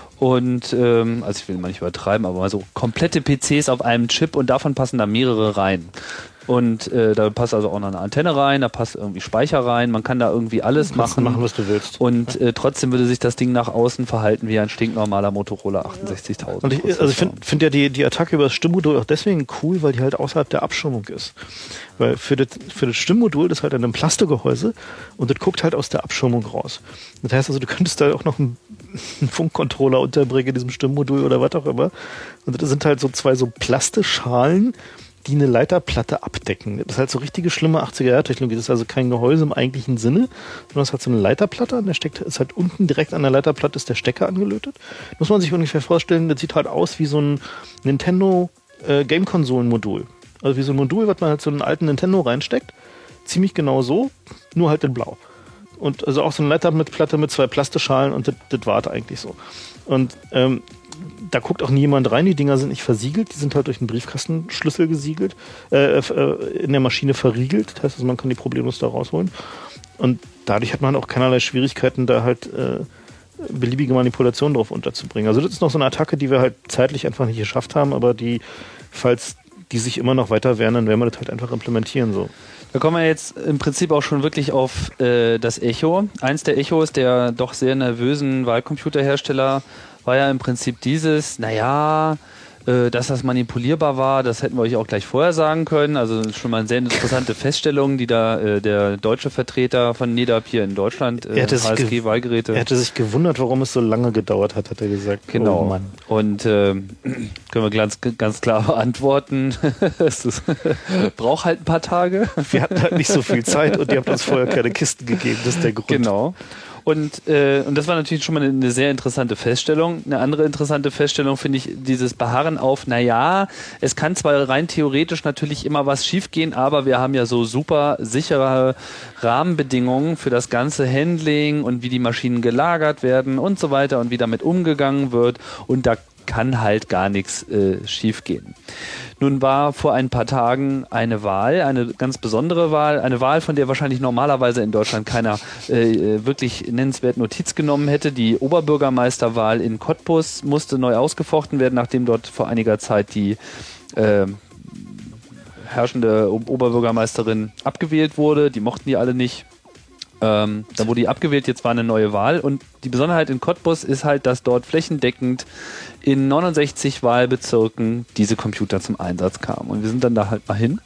Und, ähm, also ich will mal nicht übertreiben, aber mal so komplette P Cs auf einem Chip und davon passen da mehrere rein. Und äh, da passt also auch noch eine Antenne rein, da passt irgendwie Speicher rein, man kann da irgendwie alles machen. machen, was du willst. Und äh, trotzdem würde sich das Ding nach außen verhalten wie ein stinknormaler Motorola achtundsechzigtausend. Und ich, also ich finde find ja die, die Attacke über das Stimmmodul auch deswegen cool, weil die halt außerhalb der Abschirmung ist. Weil für das, für das Stimmmodul, das ist halt in einem Plastikgehäuse und das guckt halt aus der Abschirmung raus. Das heißt also, du könntest da auch noch einen, einen Funkcontroller unterbringen in diesem Stimmmodul oder was auch immer. Und das sind halt so zwei so Plastikschalen, die eine Leiterplatte abdecken. Das ist halt so richtige schlimme achtziger-Jahre-Technologie. Das ist also kein Gehäuse im eigentlichen Sinne, sondern es hat so eine Leiterplatte und der steckt, ist halt unten direkt an der Leiterplatte ist der Stecker angelötet. Muss man sich ungefähr vorstellen, das sieht halt aus wie so ein Nintendo äh, Game-Konsolen-Modul. Also wie so ein Modul, was man halt so einen alten Nintendo reinsteckt. Ziemlich genau so, nur halt in blau. Und also auch so eine Leiterplatte mit zwei Plastikschalen und das, das war eigentlich so. Und ähm, da guckt auch niemand rein, die Dinger sind nicht versiegelt, die sind halt durch einen Briefkastenschlüssel gesiegelt, äh, äh, in der Maschine verriegelt, das heißt also, man kann die problemlos da rausholen. Und dadurch hat man auch keinerlei Schwierigkeiten, da halt äh, beliebige Manipulationen drauf unterzubringen. Also das ist noch so eine Attacke, die wir halt zeitlich einfach nicht geschafft haben, aber die, falls die sich immer noch weiter wehren, dann werden wir das halt einfach implementieren. So. Da kommen wir jetzt im Prinzip auch schon wirklich auf äh, das Echo. Eins der Echos der doch sehr nervösen Wahlcomputerhersteller war ja im Prinzip dieses, naja, äh, dass das manipulierbar war, das hätten wir euch auch gleich vorher sagen können. Also schon mal eine sehr interessante Feststellung, die da äh, der deutsche Vertreter von NEDAP hier in Deutschland, äh, H S G-Wahlgeräte. Er hatte sich gewundert, warum es so lange gedauert hat, hat er gesagt. Genau. Oh Mann. Und äh, können wir ganz, ganz klar beantworten, es ist, braucht halt ein paar Tage. Wir hatten halt nicht so viel Zeit und ihr habt uns vorher keine Kisten gegeben, das ist der Grund. Genau. Und, äh, und das war natürlich schon mal eine sehr interessante Feststellung. Eine andere interessante Feststellung finde ich dieses Beharren auf, naja, es kann zwar rein theoretisch natürlich immer was schiefgehen, aber wir haben ja so super sichere Rahmenbedingungen für das ganze Handling und wie die Maschinen gelagert werden und so weiter und wie damit umgegangen wird und da kann halt gar nichts äh, schiefgehen. Nun war vor ein paar Tagen eine Wahl, eine ganz besondere Wahl, eine Wahl, von der wahrscheinlich normalerweise in Deutschland keiner äh, wirklich nennenswert Notiz genommen hätte. Die Oberbürgermeisterwahl in Cottbus musste neu ausgefochten werden, nachdem dort vor einiger Zeit die äh, herrschende Oberbürgermeisterin abgewählt wurde. Die mochten die alle nicht. Ähm, dann wurde die abgewählt, jetzt war eine neue Wahl und die Besonderheit in Cottbus ist halt, dass dort flächendeckend in neunundsechzig Wahlbezirken diese Computer zum Einsatz kamen. Und wir sind dann da halt mal hin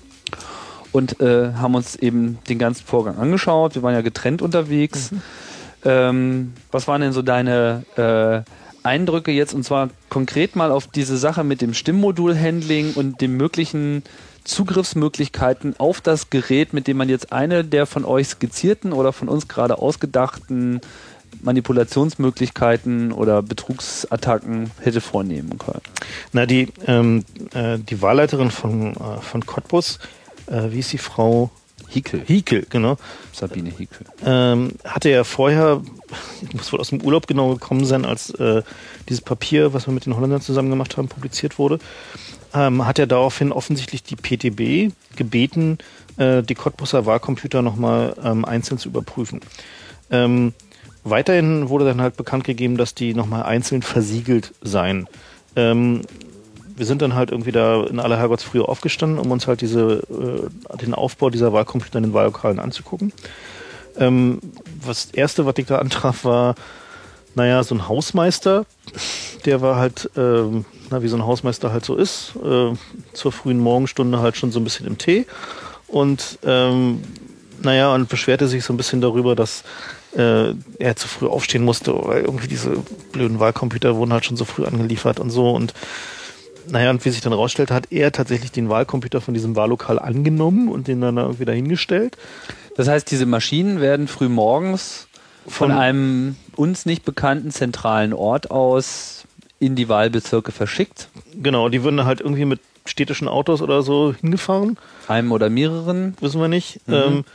und äh, haben uns eben den ganzen Vorgang angeschaut. Wir waren ja getrennt unterwegs. Mhm. Ähm, was waren denn so deine äh, Eindrücke jetzt und zwar konkret mal auf diese Sache mit dem Stimmmodul-Handling und dem möglichen Zugriffsmöglichkeiten auf das Gerät, mit dem man jetzt eine der von euch skizzierten oder von uns gerade ausgedachten Manipulationsmöglichkeiten oder Betrugsattacken hätte vornehmen können? Na, die, ähm, äh, die Wahlleiterin von, äh, von Cottbus, äh, wie ist die Frau Hickel. Hickel, genau. Sabine Hickel. Ähm, hatte ja vorher, muss wohl aus dem Urlaub genau gekommen sein, als äh, dieses Papier, was wir mit den Holländern zusammen gemacht haben, publiziert wurde, ähm, hat er daraufhin offensichtlich die P T B gebeten, äh, die Cottbuser Wahlcomputer nochmal ähm, einzeln zu überprüfen. Ähm, weiterhin wurde dann halt bekannt gegeben, dass die nochmal einzeln versiegelt seien. Ähm, wir sind dann halt irgendwie da in aller Herrgottsfrühe aufgestanden, um uns halt diese, äh, den Aufbau dieser Wahlcomputer in den Wahllokalen anzugucken. Ähm, was erste, was ich da antraf, war, naja, so ein Hausmeister, der war halt, ähm, na, wie so ein Hausmeister halt so ist, äh, zur frühen Morgenstunde halt schon so ein bisschen im Tee und, ähm, naja, und beschwerte sich so ein bisschen darüber, dass äh, er zu früh aufstehen musste, weil irgendwie diese blöden Wahlcomputer wurden halt schon so früh angeliefert und so und naja, und wie sich dann rausstellt, hat er tatsächlich den Wahlcomputer von diesem Wahllokal angenommen und den dann irgendwie dahingestellt. Das heißt, diese Maschinen werden früh morgens von, von einem uns nicht bekannten zentralen Ort aus in die Wahlbezirke verschickt. Genau, die würden halt irgendwie mit städtischen Autos oder so hingefahren. Einem oder mehreren. Wissen wir nicht. Mhm. Ähm,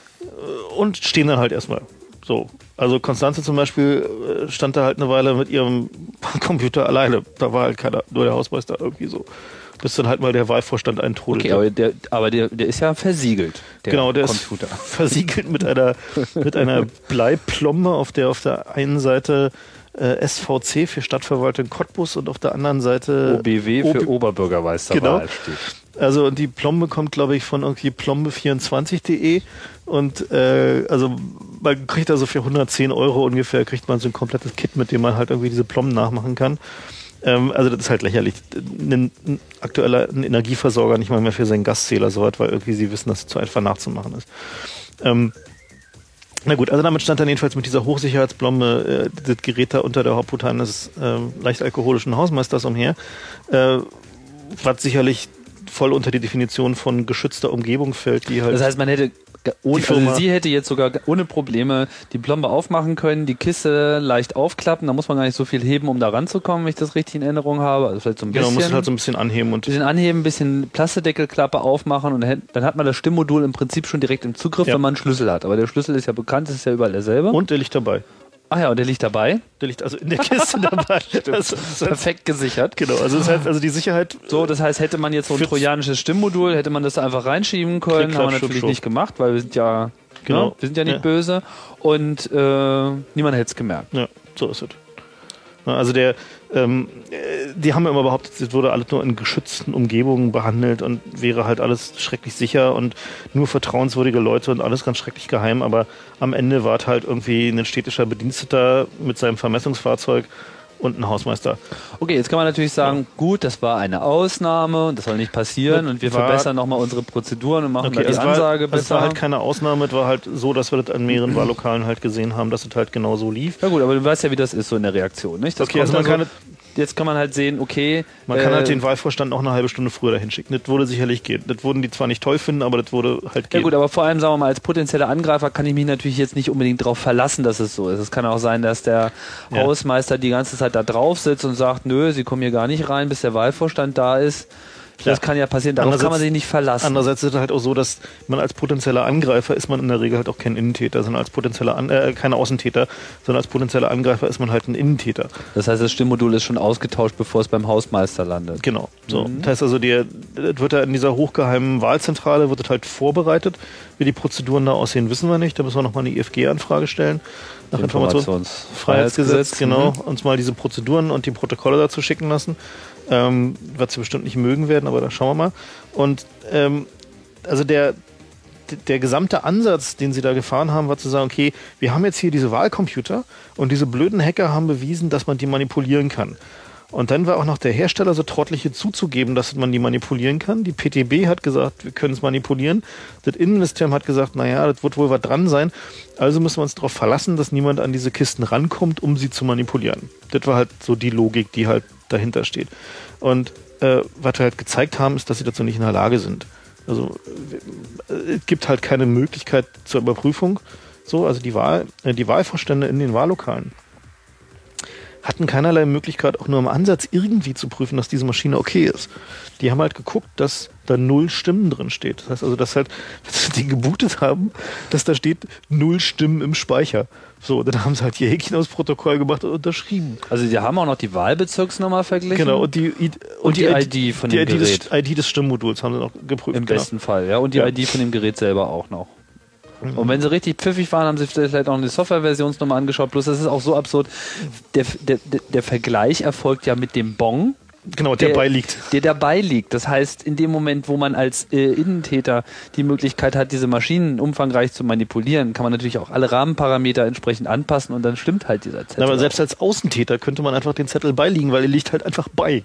und stehen dann halt erstmal. So. Also Konstanze zum Beispiel stand da halt eine Weile mit ihrem Computer alleine. Da war halt keiner, nur der Hausmeister irgendwie so. Bis dann halt mal der Wahlvorstand eintrudelte. Okay, aber der, aber der, der ist ja versiegelt, der genau, der Computer. Ist versiegelt mit einer, mit einer Bleiplombe, auf der auf der einen Seite äh, S V C für Stadtverwaltung Cottbus und auf der anderen Seite O B W für O B Oberbürgermeisterwahl genau. steht. Also die Plombe kommt, glaube ich, von irgendwie plombe vierundzwanzig punkt de und äh, also man kriegt also für hundertzehn Euro ungefähr, kriegt man so ein komplettes Kit, mit dem man halt irgendwie diese Plomben nachmachen kann. Ähm, also das ist halt lächerlich. Ein, ein aktueller ein Energieversorger nicht mal mehr für seinen Gaszähler so hat, weil irgendwie sie wissen, dass es zu einfach nachzumachen ist. Ähm, na gut, also damit stand dann jedenfalls mit dieser Hochsicherheitsplombe äh, das Gerät da unter der Haupthut eines äh, leicht alkoholischen Hausmeisters umher, äh, was sicherlich voll unter die Definition von geschützter Umgebung fällt, die halt... Das heißt, man hätte, ohne, also sie hätte jetzt sogar ohne Probleme die Plombe aufmachen können, die Kiste leicht aufklappen, da muss man gar nicht so viel heben, um da ranzukommen, wenn ich das richtig in Erinnerung habe. Also vielleicht so ein bisschen... Genau, muss halt so ein bisschen anheben. Und ein bisschen anheben, ein bisschen Plastedeckelklappe aufmachen und dann hat man das Stimmmodul im Prinzip schon direkt im Zugriff, ja. wenn man einen Schlüssel hat. Aber der Schlüssel ist ja bekannt, ist ja überall derselbe. Und der liegt dabei. Ach ja, und der liegt dabei? Der liegt also in der Kiste dabei. Das ist perfekt gesichert. Genau, also das heißt, also die Sicherheit... So, das heißt, hätte man jetzt so ein trojanisches Stimmmodul, hätte man das da einfach reinschieben können, haben wir natürlich nicht gemacht, weil wir sind ja, genau. ne, wir sind ja nicht ja. böse und äh, niemand hätte es gemerkt. Ja, so ist es. Also der, ähm, die haben ja immer behauptet, es wurde alles nur in geschützten Umgebungen behandelt und wäre halt alles schrecklich sicher und nur vertrauenswürdige Leute und alles ganz schrecklich geheim, aber am Ende war es halt irgendwie ein städtischer Bediensteter mit seinem Vermessungsfahrzeug und ein Hausmeister. Okay, jetzt kann man natürlich sagen, ja. gut, das war eine Ausnahme und das soll nicht passieren das und wir verbessern nochmal unsere Prozeduren und machen okay, da die Ansage war, besser. Es war halt keine Ausnahme, es war halt so, dass wir das an mehreren Wahllokalen halt gesehen haben, dass es halt genau so lief. Ja gut, aber du weißt ja, wie das ist so in der Reaktion, nicht? Das okay, also man also, kann jetzt kann man halt sehen, okay... Man äh, kann halt den Wahlvorstand auch eine halbe Stunde früher dahin schicken. Das würde sicherlich gehen. Das würden die zwar nicht toll finden, aber das würde halt gehen. Ja gut, aber vor allem, sagen wir mal, als potenzieller Angreifer kann ich mich natürlich jetzt nicht unbedingt darauf verlassen, dass es so ist. Es kann auch sein, dass der ja. Hausmeister die ganze Zeit da drauf sitzt und sagt, nö, sie kommen hier gar nicht rein, bis der Wahlvorstand da ist. Das ja. kann ja passieren, darauf kann man sich nicht verlassen. Andererseits ist es halt auch so, dass man als potenzieller Angreifer ist man in der Regel halt auch kein Innentäter, sondern als potenzieller An äh, keine Außentäter, sondern als potenzieller Angreifer ist man halt ein Innentäter. Das heißt, das Stimmmodul ist schon ausgetauscht, bevor es beim Hausmeister landet. Genau. So. Mhm. Das heißt also, der, das wird ja in dieser hochgeheimen Wahlzentrale wird das halt vorbereitet. Wie die Prozeduren da aussehen, wissen wir nicht. Da müssen wir nochmal eine I F G-Anfrage stellen. Nach Informationsfreiheitsgesetz, genau. Mhm. Uns mal diese Prozeduren und die Protokolle dazu schicken lassen. Ähm, was sie bestimmt nicht mögen werden, aber da schauen wir mal. Und ähm, also der, der gesamte Ansatz, den sie da gefahren haben, war zu sagen, okay, wir haben jetzt hier diese Wahlcomputer und diese blöden Hacker haben bewiesen, dass man die manipulieren kann. Und dann war auch noch der Hersteller so trottelig hier zuzugeben, dass man die manipulieren kann. Die P T B hat gesagt, wir können es manipulieren. Das Innenministerium hat gesagt, naja, das wird wohl was dran sein. Also müssen wir uns darauf verlassen, dass niemand an diese Kisten rankommt, um sie zu manipulieren. Das war halt so die Logik, die halt dahinter steht. Und äh, was wir halt gezeigt haben, ist, dass sie dazu nicht in der Lage sind. Also es gibt halt keine Möglichkeit zur Überprüfung. So, also die Wahl, äh, die Wahlvorstände in den Wahllokalen hatten keinerlei Möglichkeit, auch nur im Ansatz irgendwie zu prüfen, dass diese Maschine okay ist. Die haben halt geguckt, dass da null Stimmen drin steht. Das heißt also, dass halt, wenn sie die gebootet haben, dass da steht null Stimmen im Speicher. So, dann haben sie halt ihr Häkchen aus Protokoll gemacht und unterschrieben. Also die haben auch noch die Wahlbezirksnummer verglichen. Genau, und die, und und die, die I D von die dem I D Gerät. Des, I D des Stimmmoduls haben sie noch geprüft. Im genau. besten Fall, ja. Und die ja. I D von dem Gerät selber auch noch. Und wenn sie richtig pfiffig waren, haben sie vielleicht auch eine Software-Versionsnummer angeschaut. Bloß das ist auch so absurd. Der, der, der Vergleich erfolgt ja mit dem Bon. Genau, der, der beiliegt. Der dabei liegt. Das heißt, in dem Moment, wo man als äh, Innentäter die Möglichkeit hat, diese Maschinen umfangreich zu manipulieren, kann man natürlich auch alle Rahmenparameter entsprechend anpassen und dann stimmt halt dieser Zettel. Aber auch. selbst als Außentäter könnte man einfach den Zettel beiliegen, weil er liegt halt einfach bei.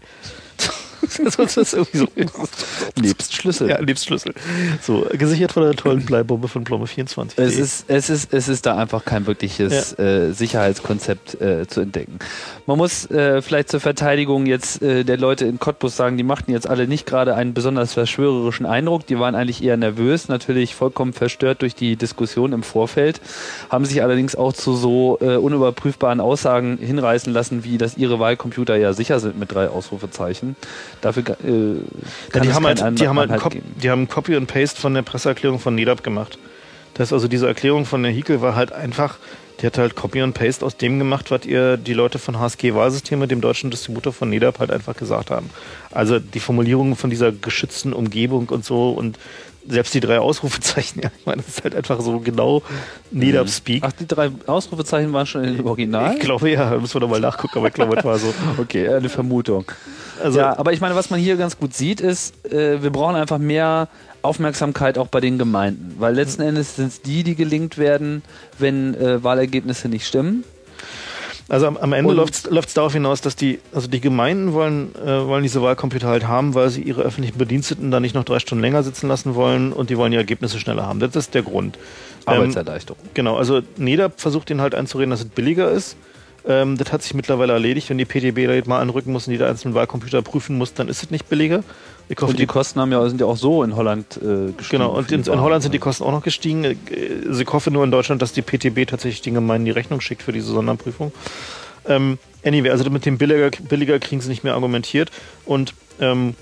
Das ist irgendwie so. Nebst Schlüssel. Ja, nebst Schlüssel. So, gesichert von der tollen Bleibombe von Plomme vierundzwanzig. Es ist, es ist, es ist da einfach kein wirkliches ja. äh, Sicherheitskonzept äh, zu entdecken. Man muss äh, vielleicht zur Verteidigung jetzt äh, der Leute in Cottbus sagen, die machten jetzt alle nicht gerade einen besonders verschwörerischen Eindruck. Die waren eigentlich eher nervös, natürlich vollkommen verstört durch die Diskussion im Vorfeld, haben sich allerdings auch zu so äh, unüberprüfbaren Aussagen hinreißen lassen, wie dass ihre Wahlcomputer ja sicher sind mit drei Ausrufezeichen. Dafür äh, kann ja, die, es haben halt, An- die, haben halt Anhalt Cop- geben. die haben Copy und Paste von der Presseerklärung von NEDAP gemacht. Das heißt also, diese Erklärung von der Hickel war halt einfach, die hat halt Copy und Paste aus dem gemacht, was ihr die Leute von H S G-Wahlsysteme, dem deutschen Distributor von NEDAP, halt einfach gesagt haben. Also die Formulierungen von dieser geschützten Umgebung und so und selbst die drei Ausrufezeichen, ja, ich meine, das ist halt einfach so genau NEDAP-Speak. Ach, die drei Ausrufezeichen waren schon im Original? Ich glaube, ja, da müssen wir nochmal nachgucken, aber ich glaube, das war so. Okay, eine Vermutung. Also, ja, aber ich meine, was man hier ganz gut sieht, ist, äh, wir brauchen einfach mehr Aufmerksamkeit auch bei den Gemeinden, weil letzten Endes sind es die, die gelingt werden, wenn äh, Wahlergebnisse nicht stimmen. Also am, am Ende läuft es darauf hinaus, dass die, also die Gemeinden wollen, äh, wollen diese Wahlcomputer halt haben, weil sie ihre öffentlichen Bediensteten da nicht noch drei Stunden länger sitzen lassen wollen und die wollen die Ergebnisse schneller haben. Das ist der Grund. Arbeitserleichterung. Ähm, genau, also NEDAP versucht ihnen halt einzureden, dass es billiger ist. Ähm, das hat sich mittlerweile erledigt. Wenn die P T B da jetzt mal anrücken muss und jeder einzelne Wahlcomputer prüfen muss, dann ist es nicht billiger. Ich hoffe, und die, die Kosten haben ja, sind ja auch so in Holland äh, gestiegen. Genau, und in, in Holland sind die Kosten auch noch gestiegen. Ich hoffe nur in Deutschland, dass die P T B tatsächlich den Gemeinden die Rechnung schickt für diese Sonderprüfung. Ähm, anyway, also mit dem billiger, billiger kriegen sie nicht mehr argumentiert. Und ähm,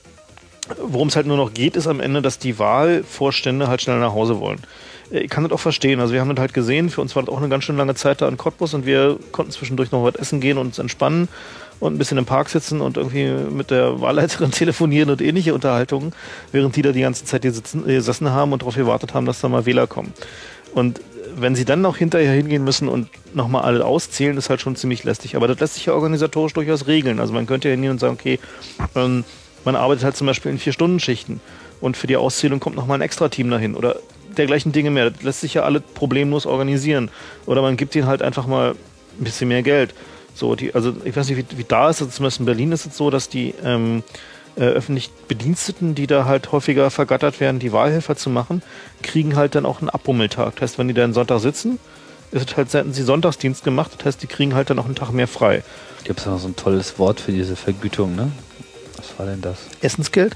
worum es halt nur noch geht, ist am Ende, dass die Wahlvorstände halt schnell nach Hause wollen. Ich kann das auch verstehen. Also wir haben das halt gesehen, für uns war das auch eine ganz schön lange Zeit da in Cottbus und wir konnten zwischendurch noch was essen gehen und uns entspannen und ein bisschen im Park sitzen und irgendwie mit der Wahlleiterin telefonieren und ähnliche Unterhaltungen, während die da die ganze Zeit hier sitzen, gesessen haben und darauf gewartet haben, dass da mal Wähler kommen. Und wenn sie dann noch hinterher hingehen müssen und nochmal alle auszählen, ist halt schon ziemlich lästig. Aber das lässt sich ja organisatorisch durchaus regeln. Also man könnte ja hingehen und sagen, okay, ähm, man arbeitet halt zum Beispiel in Vier-Stunden-Schichten und für die Auszählung kommt nochmal ein Extra-Team dahin oder dergleichen Dinge mehr. Das lässt sich ja alle problemlos organisieren. Oder man gibt ihnen halt einfach mal ein bisschen mehr Geld. So, die, also ich weiß nicht, wie, wie da ist es, zumindest in Berlin ist es so, dass die ähm, äh, öffentlich Bediensteten, die da halt häufiger vergattert werden, die Wahlhelfer zu machen, kriegen halt dann auch einen Abbummeltag. Das heißt, wenn die dann Sonntag sitzen, ist es halt, hätten sie Sonntagsdienst gemacht, das heißt, die kriegen halt dann auch einen Tag mehr frei. Gibt es noch so ein tolles Wort für diese Vergütung, ne? Was war denn das? Essensgeld?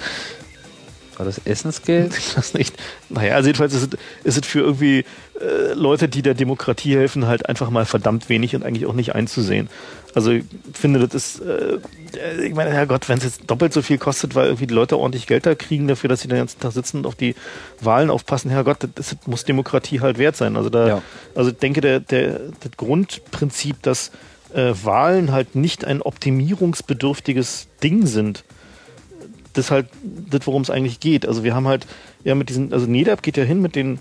War das Essensgeld? Das nicht. Naja, also jedenfalls ist es, ist es für irgendwie äh, Leute, die der Demokratie helfen, halt einfach mal verdammt wenig und eigentlich auch nicht einzusehen. Also ich finde, das ist, äh, ich meine, Herrgott, wenn es jetzt doppelt so viel kostet, weil irgendwie die Leute ordentlich Geld da kriegen dafür, dass sie den ganzen Tag sitzen und auf die Wahlen aufpassen, Herrgott, das, das muss Demokratie halt wert sein. Also da, ja. also ich denke, der, der, das Grundprinzip, dass äh, Wahlen halt nicht ein optimierungsbedürftiges Ding sind, das ist halt das, worum es eigentlich geht. Also wir haben halt, ja mit diesen, also NEDAP geht ja hin mit den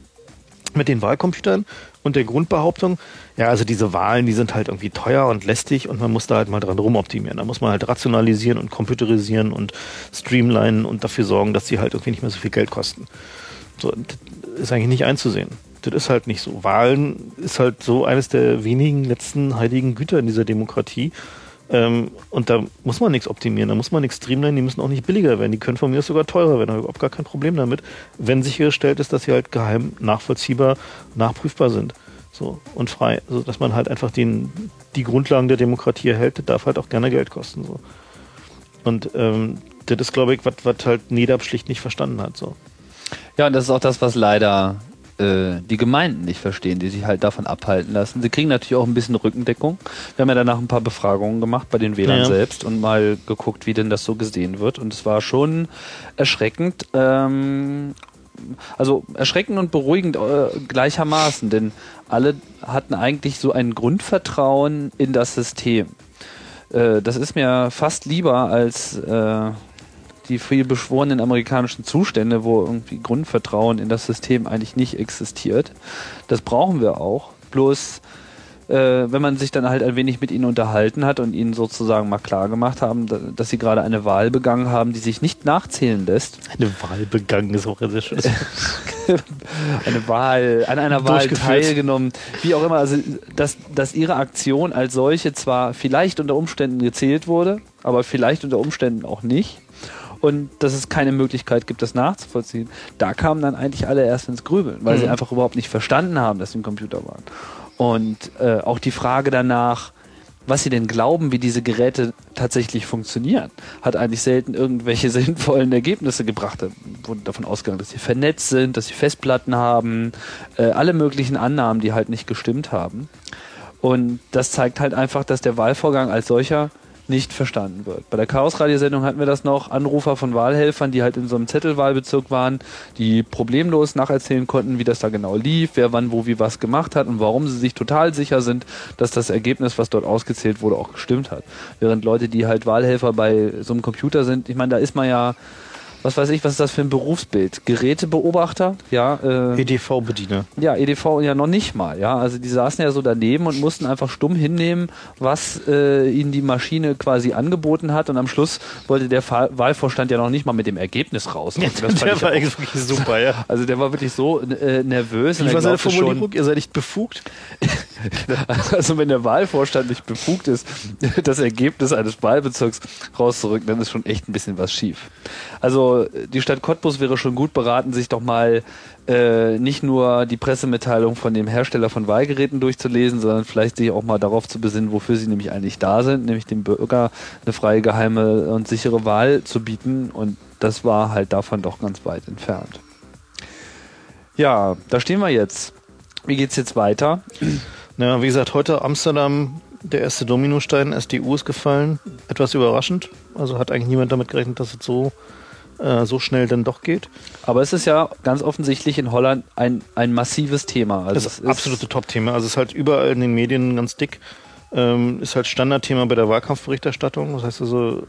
mit den Wahlcomputern und der Grundbehauptung, ja, also diese Wahlen, die sind halt irgendwie teuer und lästig und man muss da halt mal dran rumoptimieren. Da muss man halt rationalisieren und computerisieren und streamlinen und dafür sorgen, dass die halt irgendwie nicht mehr so viel Geld kosten. So, das ist eigentlich nicht einzusehen. Das ist halt nicht so. Wahlen ist halt so eines der wenigen letzten heiligen Güter in dieser Demokratie. Ähm, und da muss man nichts optimieren, da muss man nichts streamlinen, die müssen auch nicht billiger werden, die können von mir sogar teurer werden, da habe ich überhaupt gar kein Problem damit, wenn sichergestellt ist, dass sie halt geheim nachvollziehbar, nachprüfbar sind, so, und frei, so dass man halt einfach den, die Grundlagen der Demokratie erhält, das darf halt auch gerne Geld kosten, so. Und ähm, das ist, glaube ich, was halt NEDAP schlicht nicht verstanden hat, so. Ja, und das ist auch das, was leider äh, die Gemeinden nicht verstehen, die sich halt davon abhalten lassen. Sie kriegen natürlich auch ein bisschen Rückendeckung. Wir haben ja danach ein paar Befragungen gemacht bei den Wählern ja. selbst und mal geguckt, wie denn das so gesehen wird. Und es war schon erschreckend, ähm, also erschreckend und beruhigend äh, gleichermaßen, denn alle hatten eigentlich so ein Grundvertrauen in das System. Äh, das ist mir fast lieber als äh, die viel beschworenen amerikanischen Zustände, wo irgendwie Grundvertrauen in das System eigentlich nicht existiert. Das brauchen wir auch. Bloß, äh, wenn man sich dann halt ein wenig mit ihnen unterhalten hat und ihnen sozusagen mal klar gemacht haben, da, dass sie gerade eine Wahl begangen haben, die sich nicht nachzählen lässt. Eine Wahl begangen ist auch sehr schön. eine Wahl, an einer Wahl teilgenommen, wie auch immer. Also, dass, dass ihre Aktion als solche zwar vielleicht unter Umständen gezählt wurde, aber vielleicht unter Umständen auch nicht. Und dass es keine Möglichkeit gibt, das nachzuvollziehen. Da kamen dann eigentlich alle erst ins Grübeln, weil mhm. sie einfach überhaupt nicht verstanden haben, dass sie ein Computer waren. Und äh, auch die Frage danach, was sie denn glauben, wie diese Geräte tatsächlich funktionieren, hat eigentlich selten irgendwelche sinnvollen Ergebnisse gebracht. Da wurde davon ausgegangen, dass sie vernetzt sind, dass sie Festplatten haben, äh, alle möglichen Annahmen, die halt nicht gestimmt haben. Und das zeigt halt einfach, dass der Wahlvorgang als solcher nicht verstanden wird. Bei der Chaos-Radiosendung hatten wir das noch, Anrufer von Wahlhelfern, die halt in so einem Zettelwahlbezirk waren, die problemlos nacherzählen konnten, wie das da genau lief, wer wann wo wie was gemacht hat und warum sie sich total sicher sind, dass das Ergebnis, was dort ausgezählt wurde, auch gestimmt hat. Während Leute, die halt Wahlhelfer bei so einem Computer sind, ich meine, da ist man ja, was weiß ich, was ist das für ein Berufsbild? Gerätebeobachter? Ja, äh, E D V-Bediener. Ja, E D V ja noch nicht mal, ja. Also die saßen ja so daneben und mussten einfach stumm hinnehmen, was äh, ihnen die Maschine quasi angeboten hat und am Schluss wollte der Fa- Wahlvorstand ja noch nicht mal mit dem Ergebnis raus. Ja, das der war eigentlich wirklich super, ja. Also der war wirklich so äh, nervös. Wie war seine Formulierung? Ihr seid nicht befugt? Also wenn der Wahlvorstand nicht befugt ist, das Ergebnis eines Wahlbezirks rauszurücken, dann ist schon echt ein bisschen was schief. Also die Stadt Cottbus wäre schon gut beraten, sich doch mal äh, nicht nur die Pressemitteilung von dem Hersteller von Wahlgeräten durchzulesen, sondern vielleicht sich auch mal darauf zu besinnen, wofür sie nämlich eigentlich da sind, nämlich dem Bürger eine freie, geheime und sichere Wahl zu bieten. Und das war halt davon doch ganz weit entfernt. Ja, da stehen wir jetzt. Wie geht's jetzt weiter? Na, wie gesagt, heute Amsterdam, der erste Dominostein, S D U ist gefallen. Etwas überraschend. Also hat eigentlich niemand damit gerechnet, dass es so äh, so schnell dann doch geht. Aber es ist ja ganz offensichtlich in Holland ein, ein massives Thema. Also das ist das absolute Top-Thema. Also es ist halt überall in den Medien ganz dick. Ähm, ist halt Standardthema bei der Wahlkampfberichterstattung. Das heißt also,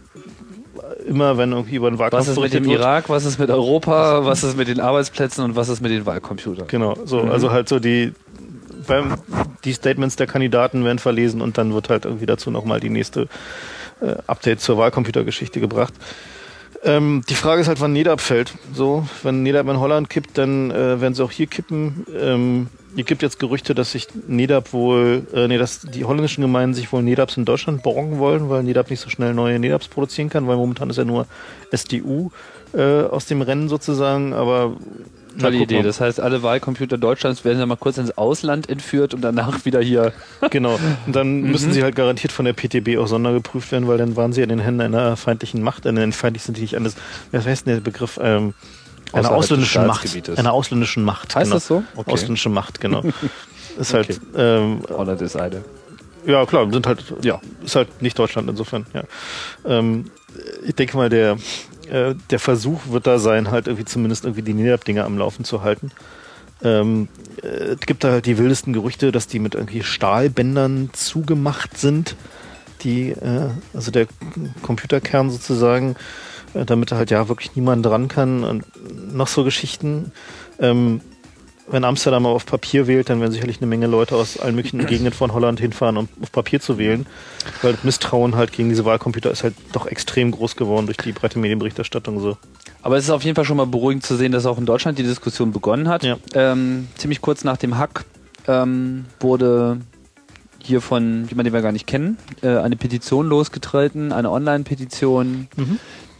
immer wenn irgendwie über einen Wahlkampf berichtet wird. Was ist mit dem wird, Irak, was ist mit Europa, was ist mit den Arbeitsplätzen und was ist mit den Wahlcomputern? Genau, so, mhm. also halt so die beim, die Statements der Kandidaten werden verlesen und dann wird halt irgendwie dazu nochmal die nächste äh, Update zur Wahlcomputergeschichte gebracht. Ähm, die Frage ist halt, wann NEDAP fällt. So, wenn NEDAP in Holland kippt, dann äh, werden sie auch hier kippen. Ähm, es gibt jetzt Gerüchte, dass sich NEDAP wohl, äh, nee, dass die holländischen Gemeinden sich wohl NEDAPs in Deutschland borgen wollen, weil NEDAP nicht so schnell neue NEDAPs produzieren kann, weil momentan ist ja nur S D U äh, aus dem Rennen sozusagen, aber tolle Idee. Das heißt, alle Wahlcomputer Deutschlands werden ja mal kurz ins Ausland entführt und danach wieder hier. Genau. Und dann mhm. müssen sie halt garantiert von der P T B auch sondergeprüft werden, weil dann waren sie in den Händen einer feindlichen Macht. Eine feindlich sind die nicht anders. Was heißt denn der Begriff? Ähm, einer ausländischen Macht. Einer ausländischen Macht. Heißt genau. das so? Okay. Ausländische Macht, genau. Ist halt. Okay. Ähm, Holland ist eine. Ja, klar, sind halt. Ja, ist halt nicht Deutschland insofern. Ja. Ähm, ich denke mal, der der Versuch wird da sein, halt irgendwie zumindest irgendwie die NEDAP-Dinger am Laufen zu halten. Ähm, es gibt da halt die wildesten Gerüchte, dass die mit irgendwie Stahlbändern zugemacht sind, die, äh, also der Computerkern sozusagen, äh, damit halt ja wirklich niemand dran kann und noch so Geschichten. Ähm, wenn Amsterdam auf Papier wählt, dann werden sicherlich eine Menge Leute aus allen möglichen Gegenden von Holland hinfahren, um auf Papier zu wählen. Weil das Misstrauen halt gegen diese Wahlcomputer ist halt doch extrem groß geworden durch die breite Medienberichterstattung. So. Aber es ist auf jeden Fall schon mal beruhigend zu sehen, dass auch in Deutschland die Diskussion begonnen hat. Ja. Ähm, ziemlich kurz nach dem Hack ähm, wurde hier von jemandem, den wir gar nicht kennen, äh, eine Petition losgetreten, eine Online-Petition, mhm.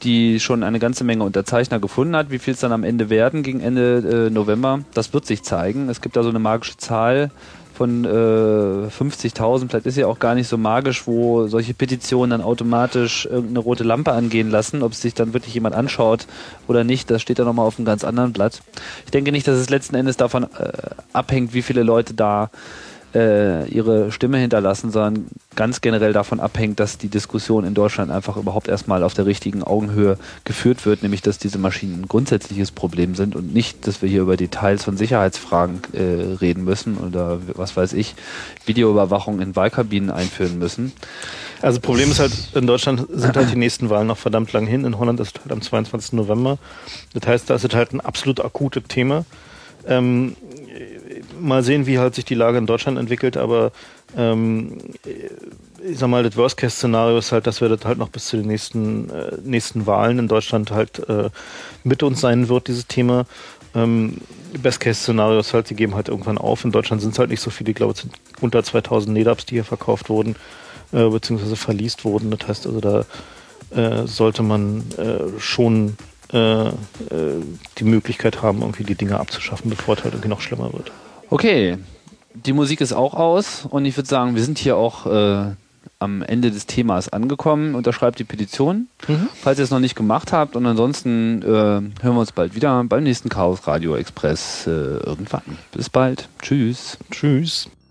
die schon eine ganze Menge Unterzeichner gefunden hat. Wie viel es dann am Ende werden gegen Ende äh, November, das wird sich zeigen. Es gibt da so eine magische Zahl von äh, fünfzigtausend, vielleicht ist ja auch gar nicht so magisch, wo solche Petitionen dann automatisch irgendeine rote Lampe angehen lassen, ob es sich dann wirklich jemand anschaut oder nicht, das steht ja nochmal auf einem ganz anderen Blatt. Ich denke nicht, dass es letzten Endes davon äh, abhängt, wie viele Leute da äh, ihre Stimme hinterlassen, sondern ganz generell davon abhängt, dass die Diskussion in Deutschland einfach überhaupt erstmal auf der richtigen Augenhöhe geführt wird, nämlich dass diese Maschinen ein grundsätzliches Problem sind und nicht, dass wir hier über Details von Sicherheitsfragen äh, reden müssen oder was weiß ich, Videoüberwachung in Wahlkabinen einführen müssen. Also Problem ist halt, in Deutschland sind halt die nächsten Wahlen noch verdammt lang hin, in Holland ist es halt am zweiundzwanzigsten November. Das heißt, da ist es halt ein absolut akutes Thema. Ähm, mal sehen, wie halt sich die Lage in Deutschland entwickelt, aber ähm, ich sag mal, das Worst-Case-Szenario ist halt, dass wir das halt noch bis zu den nächsten, äh, nächsten Wahlen in Deutschland halt äh, mit uns sein wird, dieses Thema. Ähm, Best-Case-Szenario ist halt, sie geben halt irgendwann auf. In Deutschland sind es halt nicht so viele, ich glaube, es sind unter zweitausend NetApps, die hier verkauft wurden, äh, beziehungsweise verleast wurden. Das heißt also, da äh, sollte man äh, schon äh, äh, die Möglichkeit haben, irgendwie die Dinge abzuschaffen, bevor es halt irgendwie noch schlimmer wird. Okay, die Musik ist auch aus und ich würde sagen, wir sind hier auch äh, am Ende des Themas angekommen. Unterschreibt die Petition, mhm. falls ihr es noch nicht gemacht habt, und ansonsten äh, hören wir uns bald wieder beim nächsten Chaos Radio Express äh, irgendwann. Bis bald. Tschüss. Tschüss.